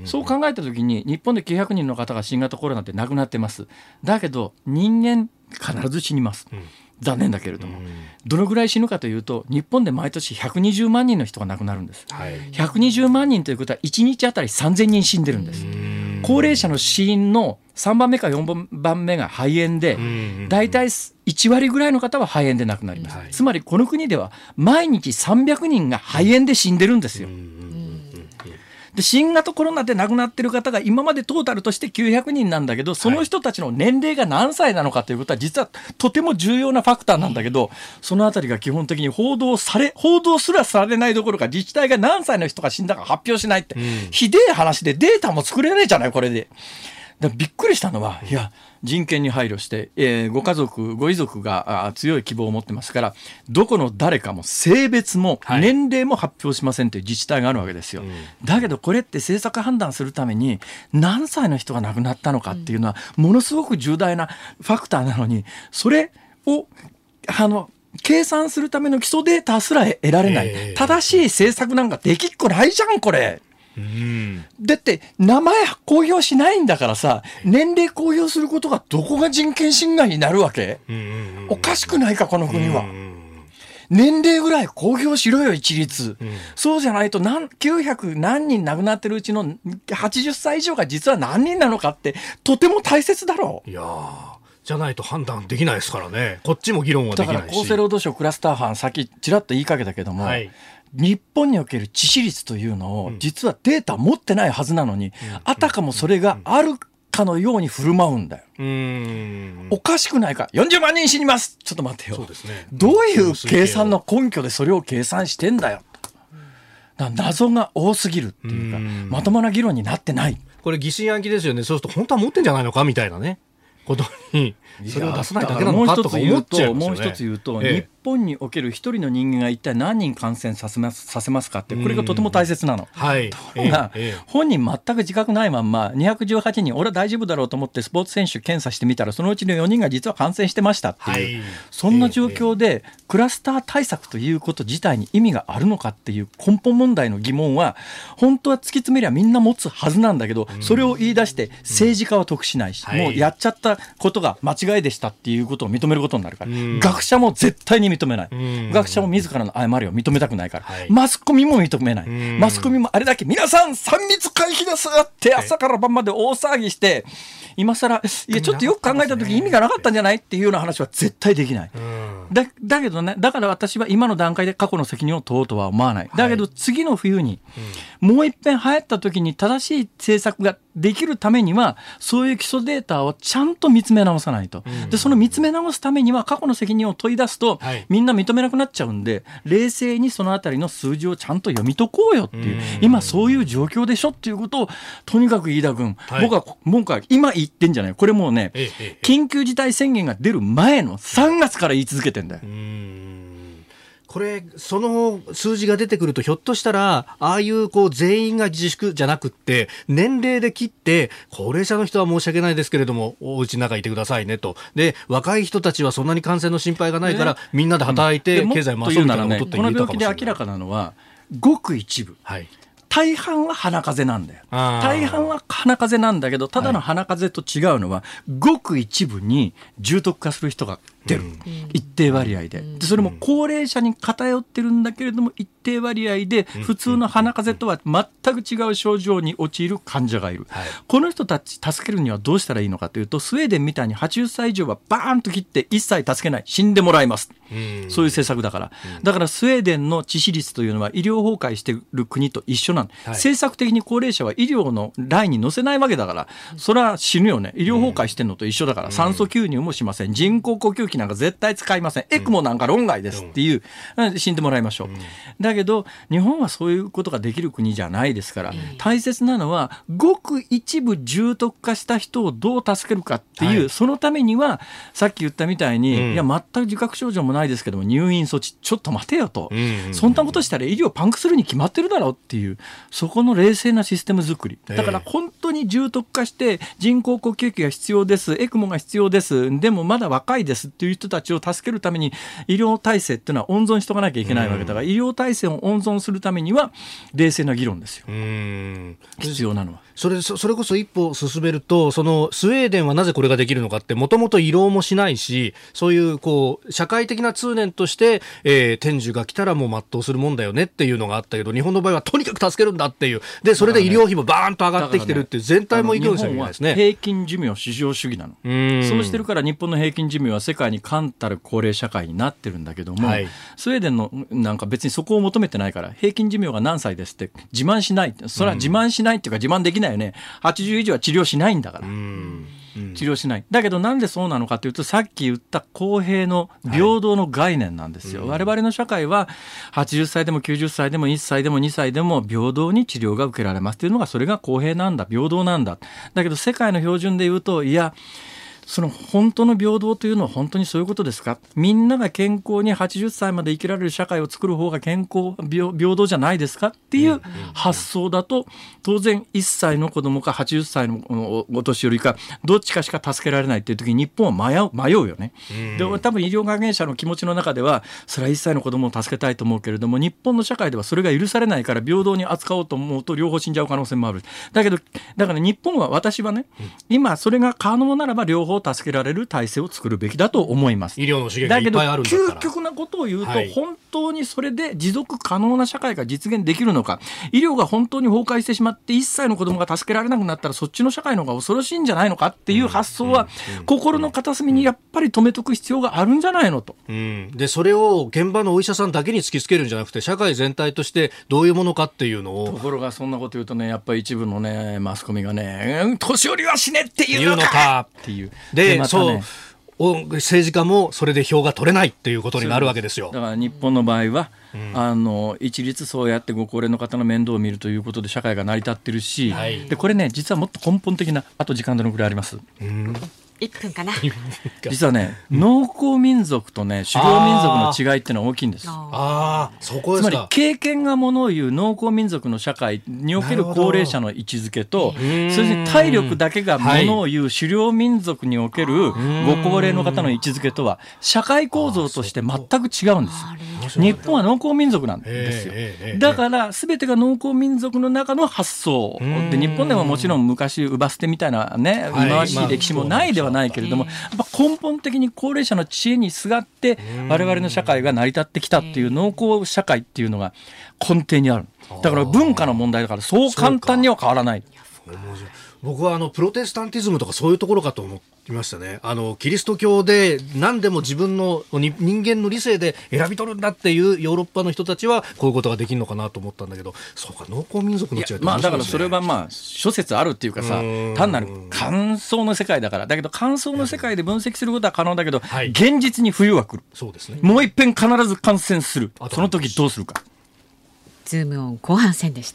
そう考えた時に日本できゅうひゃくにんの方が新型コロナで亡くなってます。だけど人間必ず死にます、うん、残念だけれども、どのぐらい死ぬかというと日本で毎年ひゃくにじゅうまんにんの人が亡くなるんです、はい、ひゃくにじゅうまんにんということはいちにちあたりさんぜんにん死んでるんです。 高齢者の死因のさんばんめかよんばんめが肺炎で、だいたいいちわりぐらいの方は肺炎で亡くなります、はい、つまりこの国では毎日さんびゃくにんが肺炎で死んでるんですよ。で新型コロナで亡くなっている方が今までトータルとしてきゅうひゃくにんなんだけど、その人たちの年齢が何歳なのかということは実はとても重要なファクターなんだけど、そのあたりが基本的に報道され報道すらされないどころか、自治体が何歳の人が死んだか発表しないって、うん、ひでえ話でデータも作れないじゃない、これで。だびっくりしたのは、いや人権に配慮して、えー、ご家族ご遺族が強い希望を持ってますから、どこの誰かも性別も年齢も発表しませんという自治体があるわけですよ、はい、だけどこれって政策判断するために何歳の人が亡くなったのかっていうのはものすごく重大なファクターなのに、それをあの計算するための基礎データすら得られない、えー、正しい政策なんかできっこないじゃんこれ。うん、だって名前公表しないんだからさ、年齢公表することがどこが人権侵害になるわけ？おかしくないかこの国は。年齢ぐらい公表しろよ一律、うん、そうじゃないと何きゅうひゃく何人亡くなってるうちのはちじゅっさい以上が実は何人なのかってとても大切だろう。 いやーじゃないと判断できないですからね。こっちも議論はできないし。 だから厚生労働省クラスター班さっきちらっと言いかけたけども、はい、日本における致死率というのを実はデータ持ってないはずなのに、うん、あたかもそれがあるかのように振る舞うんだよ。うーんおかしくないか。よんじゅうまんにん死にます。ちょっと待ってよ。そうですね、どういう計算の根拠でそれを計算してんだよ。だ謎が多すぎるっていうか、まともな議論になってない。 これ疑心暗鬼ですよね。そうすると本当は持ってんじゃないのかみたいなねことにそれを出さないだけなのかとか思っちゃいますよね。 もう一つ言うと、ええ、日本における一人の人間が一体何人感染させます、させますかって、これがとても大切なの、はい、ところが、ええ、本人全く自覚ないまんまにひゃくじゅうはちにん俺は大丈夫だろうと思ってスポーツ選手検査してみたら、そのうちのよにんが実は感染してましたっていう、はい、そんな状況でクラスター対策ということ自体に意味があるのかっていう根本問題の疑問は本当は突き詰めりゃみんな持つはずなんだけど、それを言い出して政治家は得しないし、もうやっちゃったことが間違いでしたっていうことを認めることになるから、学者も絶対に認めない、学者も自らの誤りを認めたくないから、はい、マスコミも認めない、マスコミもあれだけ皆さんさん密回避ですって朝から晩まで大騒ぎして、今更いやちょっとよく考えた時意味がなかったんじゃないっていうような話は絶対できない。だ, だけどね、だから私は今の段階で過去の責任を問うとは思わない。だけど次の冬にもう一遍流行った時に正しい政策ができるためにはそういう基礎データをちゃんと見つめ直さないと。でその見つめ直すためには過去の責任を問い出すと、はい、みんな認めなくなっちゃうんで、冷静にそのあたりの数字をちゃんと読み解こうよっていう、今そういう状況でしょっていうことをとにかく飯田君、はい、僕は文句は今言ってんじゃない。これもうね、ええ、緊急事態宣言が出る前のさんがつから言い続けてんだよ。うーんこれその数字が出てくると、ひょっとしたらああいうこう全員が自粛じゃなくって年齢で切って、高齢者の人は申し訳ないですけれどもお家の中いてくださいねと、で若い人たちはそんなに感染の心配がないから、ね、みんなで働いて経済回そうみたいなことって言えたかもしれない。この病気で明らかなのはごく一部、はい、大半は鼻風邪なんだよ。大半は鼻風邪なんだけど、ただの鼻風邪と違うのは、はい、ごく一部に重篤化する人が出る、うん、一定割合で、でそれも高齢者に偏ってるんだけれども一定割合で普通の鼻風邪とは全く違う症状に陥る患者がいる、はい、この人たち助けるにはどうしたらいいのかというと、スウェーデンみたいにはちじゅっさい以上はバーンと切って一切助けない、死んでもらいます、うん、そういう政策だから、うん、だからスウェーデンの致死率というのは医療崩壊している国と一緒なの、はい、政策的に高齢者は医療のラインに乗せないわけだから、それは死ぬよね。医療崩壊してるのと一緒だから、酸素吸入もしません、人工呼吸器なんか絶対使いません、エクモなんか論外ですっていう、死んでもらいましょう。だけど日本はそういうことができる国じゃないですから、大切なのはごく一部重篤化した人をどう助けるかっていう、はい、そのためにはさっき言ったみたいに、うん、いや全く自覚症状もないですけども入院措置ちょっと待てよと、うんうんうん、そんなことしたら医療パンクするに決まってるだろうっていう、そこの冷静なシステム作りだから、本当に重篤化して人工呼吸器が必要です、エクモが必要です、でもまだ若いですってっていう人たちを助けるために医療体制っていうのは温存しとかなきゃいけないわけだから、医療体制を温存するためには冷静な議論ですよ。うーん、必要なのはそれ、それこそ一歩進めると、そのスウェーデンはなぜこれができるのかって、もともと慰労もしないし、そういうこう社会的な通念として、えー、天寿が来たらもう全うするもんだよねっていうのがあったけど、日本の場合はとにかく助けるんだっていう、でそれで医療費もバーンと上がってきてるっていう、全体も議論しなきゃいけないですね。 平均寿命至上主義なの。うんそうしてるから日本の平均寿命は世界に冠たる高齢社会になってるんだけども、はい、スウェーデンのなんか別にそこを求めてないから、平均寿命が何歳ですって自慢しない。それは自慢しないっていうか自慢できないよね。はちじゅう以上は治療しないんだから。うん治療しない。だけどなんでそうなのかというと、さっき言った公平の平等の概念なんですよ、はい、我々の社会ははちじゅっさいでもきゅうじゅっさいでもいっさいでもにさいでも平等に治療が受けられますというのが、それが公平なんだ、平等なんだ。だけど世界の標準で言うと、いやその本当の平等というのは本当にそういうことですか。みんなが健康にはちじゅっさいまで生きられる社会を作る方が健康 平, 平等じゃないですかっていう発想だと、当然いっさいの子供かはちじゅっさいのお年寄りかどっちかしか助けられないっていう時に日本は迷う、迷うよね。で多分医療関係者の気持ちの中では、それはいっさいの子供を助けたいと思うけれども、日本の社会ではそれが許されないから平等に扱おうと思うと両方死んじゃう可能性もある。だけどだから日本は、私はね、今それが可能ならば両方助けられる体制を作るべきだと思います。 医療の資源がいっぱいあるんだから。 だけど究極なことを言うと、はい、本当にそれで持続可能な社会が実現できるのか。医療が本当に崩壊してしまっていっさいの子供が助けられなくなったら、そっちの社会の方が恐ろしいんじゃないのかっていう発想は、心の片隅にやっぱり止めとく必要があるんじゃないのと、 うん、でそれを現場のお医者さんだけに突きつけるんじゃなくて、社会全体としてどういうものかっていうのを。 ところがそんなこと言うとね、やっぱり一部のねマスコミがね、年寄りは死ねっていうのかっていう。 で、でまたね、そう政治家もそれで票が取れないっていうことになるわけですよ。 だから日本の場合は、うん、あの一律そうやってご高齢の方の面倒を見るということで社会が成り立ってるし、はい、でこれね実はもっと根本的な、あと時間どのくらいあります？ うんいっぷんかな。 実はね、農耕民族とね狩猟民族の違いっていうのは大きいんです。 ああ、そこですか。 つまり経験がものを言う農耕民族の社会における高齢者の位置づけと、それに体力だけがものを言う狩猟民族におけるご高齢の方の位置づけとは社会構造として全く違うんです。日本は農耕民族なんですよ。だから全てが農耕民族の中の発想で、日本でももちろん昔姥捨てみたいなね忌まわしい歴史もないではないけれども、やっぱ根本的に高齢者の知恵にすがって我々の社会が成り立ってきたっていう農耕社会っていうのが根底にある。だから文化の問題だからそう簡単には変わらない。 僕はあのプロテスタンティズムとかそういうところかと思いましたね。あのキリスト教で何でも自分の人間の理性で選び取るんだっていうヨーロッパの人たちはこういうことができるのかなと思ったんだけど、そうか、農耕民族の違いって面白いですね。まあだからそれはまあ諸説あるっていうかさ、単なる感想の世界だから。だけど感想の世界で分析することは可能だけど、はい、現実に冬は来る。 そうですね。 もう一遍必ず感染する。その時どうするか。 ズームオン後半戦でした。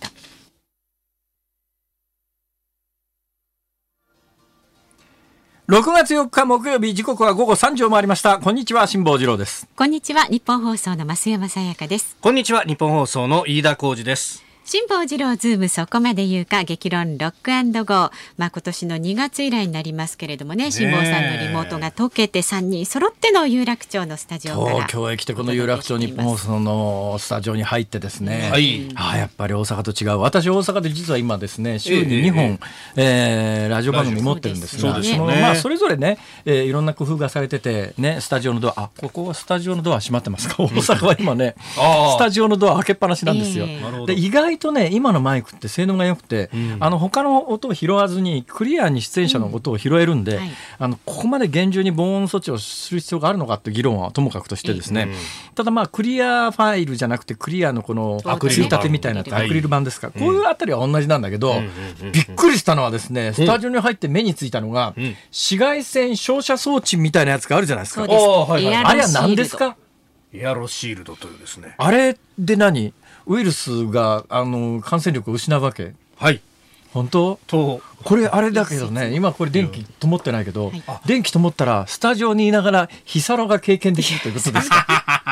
ろくがつよっか木曜日、時刻は午後さんじを回りました。こんにちは、辛坊治郎です。 こんにちは、日本放送の増山さやかです。 こんにちは、日本放送の飯田浩司です。 辛坊治郎ズームそこまで言うか激論ロック&ゴー、まあ、今年のにがつ以来になりますけれどもね、辛坊さんのリモートが解けてさんにん揃っての有楽町のスタジオから東京へ来てこの有楽町日本放送のスタジオに入ってですね、はい、あやっぱり大阪と違う。私大阪で実は今ですね週ににほん、えーえー、ラジオ番組持ってるんですが、そのまあそれぞれね、えー、いろんな工夫がされててね、スタジオのドア、あここはスタジオのドア閉まってますか。大阪は今ねスタジオのドア開けっぱなしなんですよ、えー、で意外とね今のマイクって性能が良くて、うん、あの他の音を拾わずにクリアに出演者の音を拾えるんで、うんはい、あのここまで厳重に防音措置をする必要があるのかって議論はともかくとしてですね、うん、ただまあクリアファイルじゃなくてクリアのこのついたてみたいなアクリル板ですから、はい、こういうあたりは同じなんだけど、うん、びっくりしたのはですね、スタジオに入って目についたのが、うん、紫外線照射装置みたいなやつがあるじゃないですか。 そうです、はいはい、 あれは何ですか。 エアロシールドというですね、 あれで何ウイルスがあの感染力を失うわけ。 はい本当とこれあれだけどね、今これ電気灯ってないけど、はい、電気灯ったらスタジオにいながら日サロが経験できるということですか。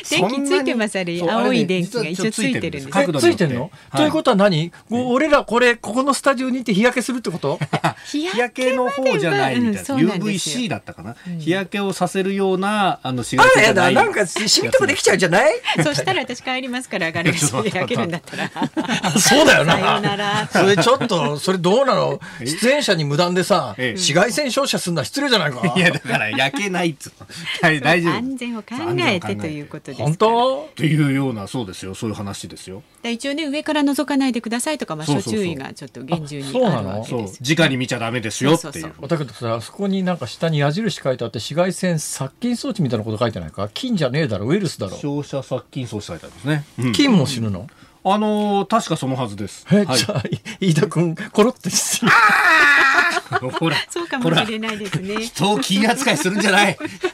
電気ついてます。あれ青い電気が一応ついてるんです。 えついてるの、はい、ということは何、俺らこれここのスタジオにいて日焼けするってこと日焼けの方じゃないみたいな、うん、ユーブイシー だったかな、うん、日焼けをさせるようなあの紫外線じゃない。 あらやだ、なんかシミとかできちゃうじゃないそしたら私帰りますからガルシで焼けるんだったらそうだよな。 さよなら。 それちょっとそれどうなの出演者に無断でさ紫外線照射するのは失礼じゃないか。 いやだから焼けないっつうの大丈夫。 安全を考えてということですから。 本当っていうような、そうですよ、そういう話ですよ。 一応ね、上から覗かないでくださいとか、まあ、諸注意がちょっと厳重にあるわけです。 直に見ちゃダメですよっていう。 だけどさ、そこになんか下に矢印書いてあって紫外線殺菌装置みたいなこと書いてないか。菌じゃねえだろ、ウイルスだろ。 照射殺菌装置書いてあるんですね、 うん、菌も死ぬの、 あのー、確かそのはずです。 え、はい、じゃあ飯田君コロッとしほらそうかもしれないですね。 人を菌扱いするんじゃない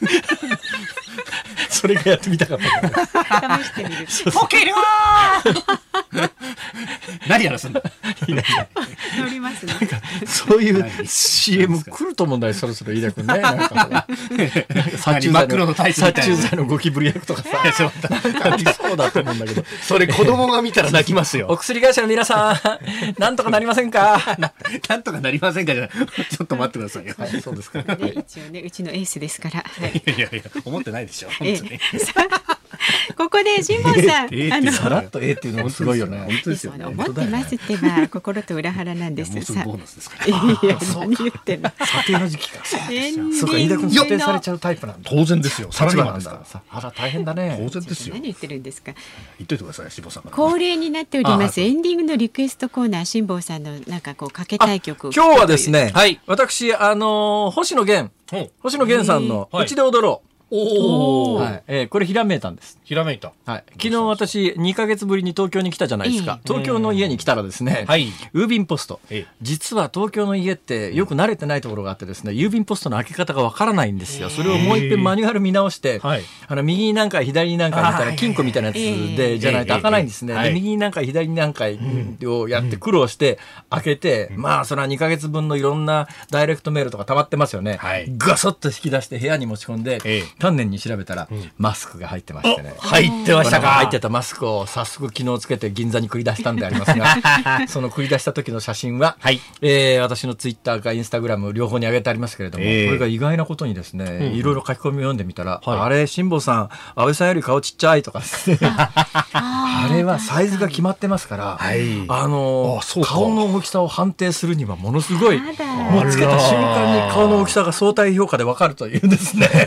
それがやってみたかった試してみる。 ポケリョー何やらすんだ乗りますね。 なんかそういう シーエム 来ると思うんだよ、そろそろ飯田君ね。なんか殺虫剤の殺虫剤のゴキブリ役とかさ、なんかありそうだと思うんだけど、 それ子供が見たら泣きますよ。 お薬会社の皆さん、なんとかなりませんかな, なんとかなりませんかじゃない、ちょっと待ってくださいよ。 はい、そうですか、 ね、一応ね、うちのエースですから。はい、 いやいやいや、思ってないでしょ。本当にここで辛坊さん、 えー、あのさらっとえーっていうのもすごいよね。 本当ですよね。 思ってますってば心と裏腹なんです。 もうすぐボーナスですから。 いや何言ってんの。 査定の時期か。そうか、飯田君査定されちゃうタイプなんだ。 当然ですよ。 サラリーマンなんだ。あら大変だね。 当然ですよ。 何言ってるんですか。 言っといてください、辛坊さん。 恒例になっておりますエンディングのリクエストコーナー、辛坊さんのなんかこうかけたい曲を。 今日はですね、はい、私あの星野源、星野源さんのうちで踊ろう。おお、はい、えー、これひらめいたんです。 ひらめいた。 はい。昨日私にかげつぶりに東京に来たじゃないですか。東京の家に来たらですね、 はい、 郵便ポスト。実は東京の家ってよく慣れてないところがあってですね、郵便ポストの開け方がわからないんですよ。それをもう一遍マニュアル見直して、はい、あの右に何回左に何回みたいな金庫みたいなやつでじゃないと開かないんですね。で右に何回左に何回をやって苦労して開けて、うん、まあそれはにかげつぶんのいろんなダイレクトメールとか溜まってますよね。はい、ガソッと引き出して部屋に持ち込んで、丹念に調べたら、うん、マスクが入ってましてね。 入ってましたか。 入ってたマスクを早速昨日つけて銀座に繰り出したんでありますがその繰り出した時の写真は、はい、えー、私のツイッターかインスタグラム両方に上げてありますけれども、えー、これが意外なことにですね、うん、いろいろ書き込みを読んでみたら、はい、あれ辛坊さん安倍さんより顔ちっちゃいとかですねあれはサイズが決まってますから、はい、あのー、顔の大きさを判定するにはものすごい、もうつけた瞬間に顔の大きさが相対評価で分かるというですね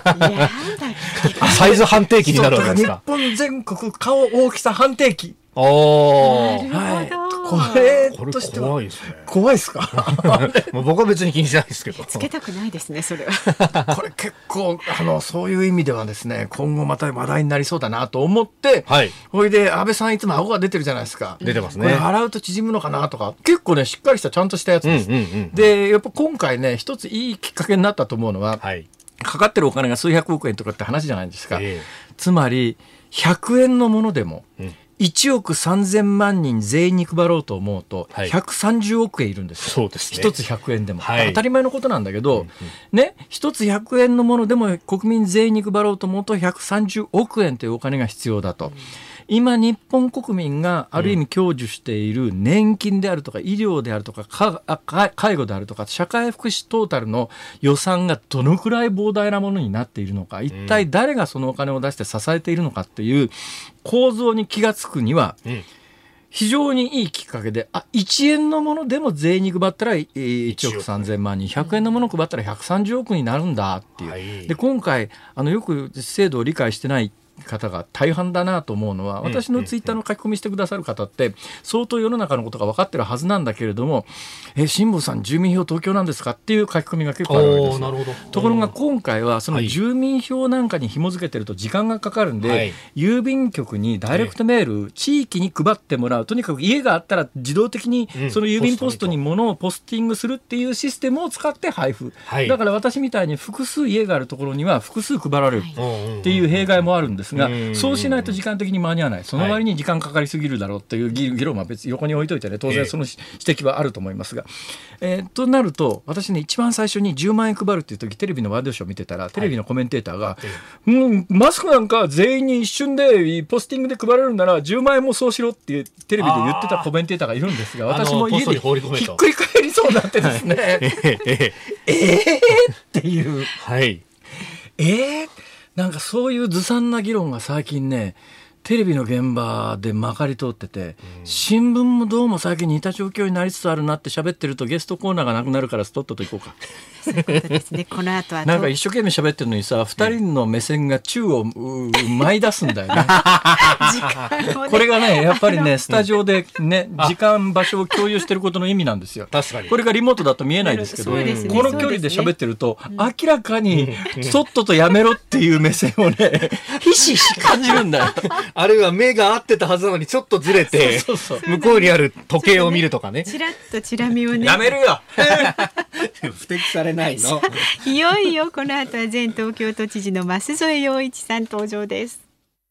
サイズ判定機になるわけですか。 日本全国顔大きさ判定機。 おー、なるほど。 これとしては怖いですね。 怖いですかもう僕は別に気にしないですけど。 つけたくないですね、それは。 これ結構あのそういう意味ではですね、今後また話題になりそうだなと思って、はい、ほいで安倍さんいつも顎が出てるじゃないですか。 出てますね。 これ洗うと縮むのかなとか、結構ねしっかりしたちゃんとしたやつです。うんうんうん、でやっぱ今回ね一ついいきっかけになったと思うのは、はい、かかってるお金が数百億円とかって話じゃないですか。えー、つまりひゃくえんのものでも、うん、いちおくさんぜんまんにん全員に配ろうと思うとひゃくさんじゅうおくえんいるんですよ。 そうですね。 一つひゃくえんでも、はい、当たり前のことなんだけど、うんうん、ね、一つひゃくえんのものでも国民全員に配ろうと思うとひゃくさんじゅうおくえんというお金が必要だと。うん、今日本国民がある意味享受している年金であるとか医療であるとか介護であるとか社会福祉トータルの予算がどのくらい膨大なものになっているのか、一体誰がそのお金を出して支えているのかっていう構造に気がつくには非常にいいきっかけで、あ、いちえんのものでも全員に配ったらいちおくさんぜんまんにん、ひゃくえんのものを配ったらひゃくさんじゅうおくになるんだっていう、はい、で今回あのよく制度を理解してない方が大半だなと思うのは、私のツイッターの書き込みしてくださる方って相当世の中のことが分かってるはずなんだけれども、え辛坊さん住民票東京なんですかっていう書き込みが結構あるわけです。 なるほど。 ところが今回はその住民票なんかに紐付けてると時間がかかるんで、はい、郵便局にダイレクトメール、はい、地域に配ってもらう、とにかく家があったら自動的にその郵便ポストに物をポスティングするっていうシステムを使って配布、はい、だから私みたいに複数家があるところには複数配られるっていう弊害もあるんですですが、そうしないと時間的に間に合わない。その割に時間かかりすぎるだろうという議論は別に横に置いといてね、当然その指摘はあると思いますが、えー、となると私ね、一番最初にじゅうまんえん配るっていう時テレビのワイドショーを見てたら、テレビのコメンテーターが、はい、うん、マスクなんか全員に一瞬でポスティングで配れるならじゅうまんえんもそうしろってテレビで言ってたコメンテーターがいるんですが、私も家でひっくり返りそうになってですね、えー、えー、っていう、はい、えー、なんかそういうずさんな議論が最近ね、テレビの現場でまかり通ってて、うん、新聞もどうも最近似た状況になりつつあるなって喋ってると、ゲストコーナーがなくなるからストッとと行こうか。 そういうことですね。この後はなんか一生懸命喋ってるのにさ、二人の目線が宙を舞い出すんだよね。時間をね、これがね、やっぱりね、スタジオでね、時間場所を共有してることの意味なんですよ。確かに。これがリモートだと見えないですけど、ね、この距離で喋ってると、ね、明らかにそっととやめろっていう目線をね、ひしひし感じるんだよ。 あるいは目が合ってたはずなのにちょっとずれて、そうそうそう、向こうにある時計を見るとかね。 ちらっとチラ見をね。 やめるよ。 不適されないの。 いよいよこの後は前東京都知事の舛添洋一さん登場です。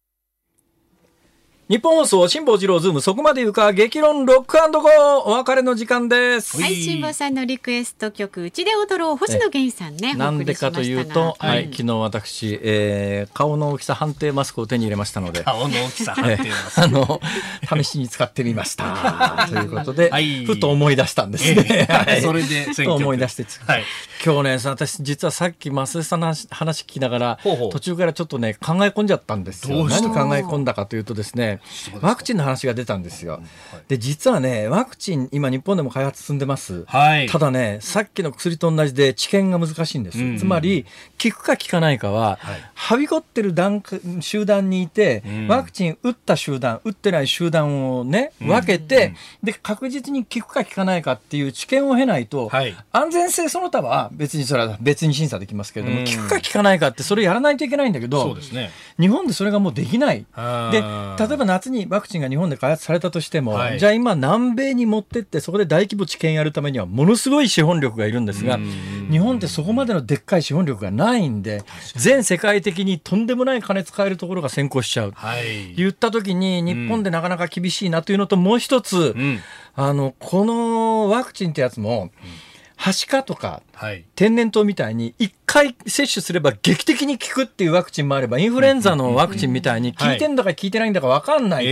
日本放送辛坊治郎ズームそこまで言うか激論ロック&ゴー、お別れの時間です。 はい、辛坊さんのリクエスト曲うちで踊ろう、星野源さんね。 なんでかというと、はい、昨日私、えー、顔の大きさ判定マスクを手に入れましたので、 顔の大きさ判定マスク、 あの試しに使ってみましたということで、はい、ふと思い出したんですね。 えーはい、それで選挙思い出して、はい、今日ね、私実はさっき増田さんの話聞きながらほうほう途中からちょっとね考え込んじゃったんですよ。何考え込んだかというとですね、ワクチンの話が出たんですよ。で実はね、ワクチン今日本でも開発進んでます、はい、ただね、さっきの薬と同じで治験が難しいんです、うんうん、つまり効くか効かないかは、はい、はびこってる段集団にいて、うん、ワクチン打った集団打ってない集団をね分けて、うんうん、で確実に効くか効かないかっていう治験を経ないと、はい、安全性その他は別にそれは別に審査できますけれども、うん、効くか効かないかってそれやらないといけないんだけど、そうですね、日本でそれがもうできない。で例えば夏にワクチンが日本で開発されたとしても、はい、じゃあ今南米に持ってってそこで大規模治験やるためにはものすごい資本力がいるんですが、日本ってそこまでのでっかい資本力がないんで、全世界的にとんでもない金使えるところが先行しちゃう、はい、言った時に日本でなかなか厳しいなというのと、もう一つ、うん、あのこのワクチンってやつも、うん、はしかとか、はい、天然痘みたいにいっかい接種すれば劇的に効くっていうワクチンもあれば、インフルエンザのワクチンみたいに効いてんだか効いてないんだか分かんない、はい、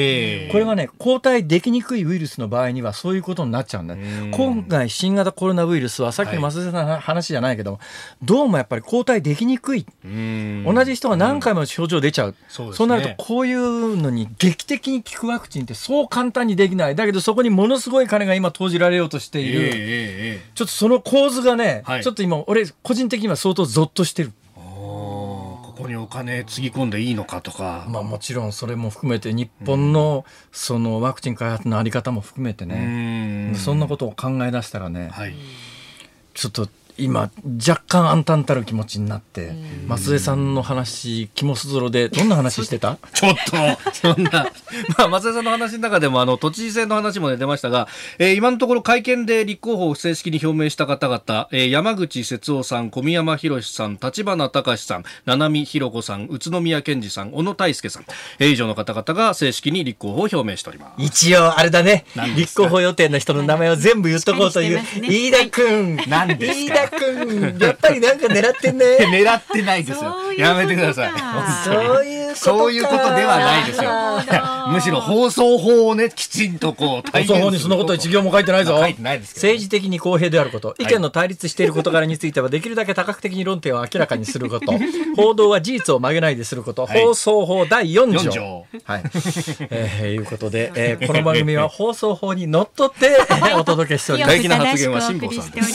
これはね、抗体できにくいウイルスの場合にはそういうことになっちゃうんだ。今回新型コロナウイルスはさっきの増田さんの話じゃないけど、はい、どうもやっぱり抗体できにくい、同じ人が何回も症状出ちゃう、うそうですね、そうなるとこういうのに劇的に効くワクチンってそう簡単にできない。だけどそこにものすごい金が今投じられようとしている、えー、ちょっとその構図がね、はい、ちょっと今俺個人的には相当ゾッとしてる。 ここにお金つぎ込んでいいのかとか、 まあ、もちろんそれも含めて日本のそのワクチン開発のあり方も含めてね、うん、そんなことを考え出したらね、はい、ちょっと今若干暗淡たる気持ちになって、増江さんの話肝すぞろでどんな話してた？ ちょっとそんな、まあ、増江さんの話の中でもあの都知事選の話も、ね、出ましたが、えー、今のところ会見で立候補を正式に表明した方々、えー、山口節夫さん、小宮山博さん、立花隆さん、七海博子さん、宇都宮健児さん、小野泰輔さん、えー、以上の方々が正式に立候補を表明しております。 一応あれだね、立候補予定の人の名前を全部言っとこうという、ね、飯田君、 何ですか？ 君やっぱりなんか狙ってんね。 狙ってないですよ。やめてください。 そういうことか。 そういうことではないですよ。むしろ放送法をね、きちんとこう放送法にそのこと一行も書いてないぞ。 書いてないですけど、 ね、政治的に公平であること、意見の対立している事柄についてはできるだけ多角的に論点を明らかにすること、報道は事実を曲げないですること、はい、放送法だいよん条、はい、えー、いうことで、えー、この番組は放送法にのっとってお届けしております。 大事な発言は辛坊さんです。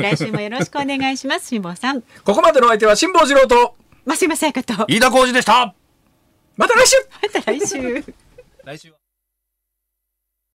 来週もよろしくお願いします。辛坊さん、 ここまでのお相手は辛坊治郎と増山さやかと飯田浩司でした。 また来週。 また来週。 来週は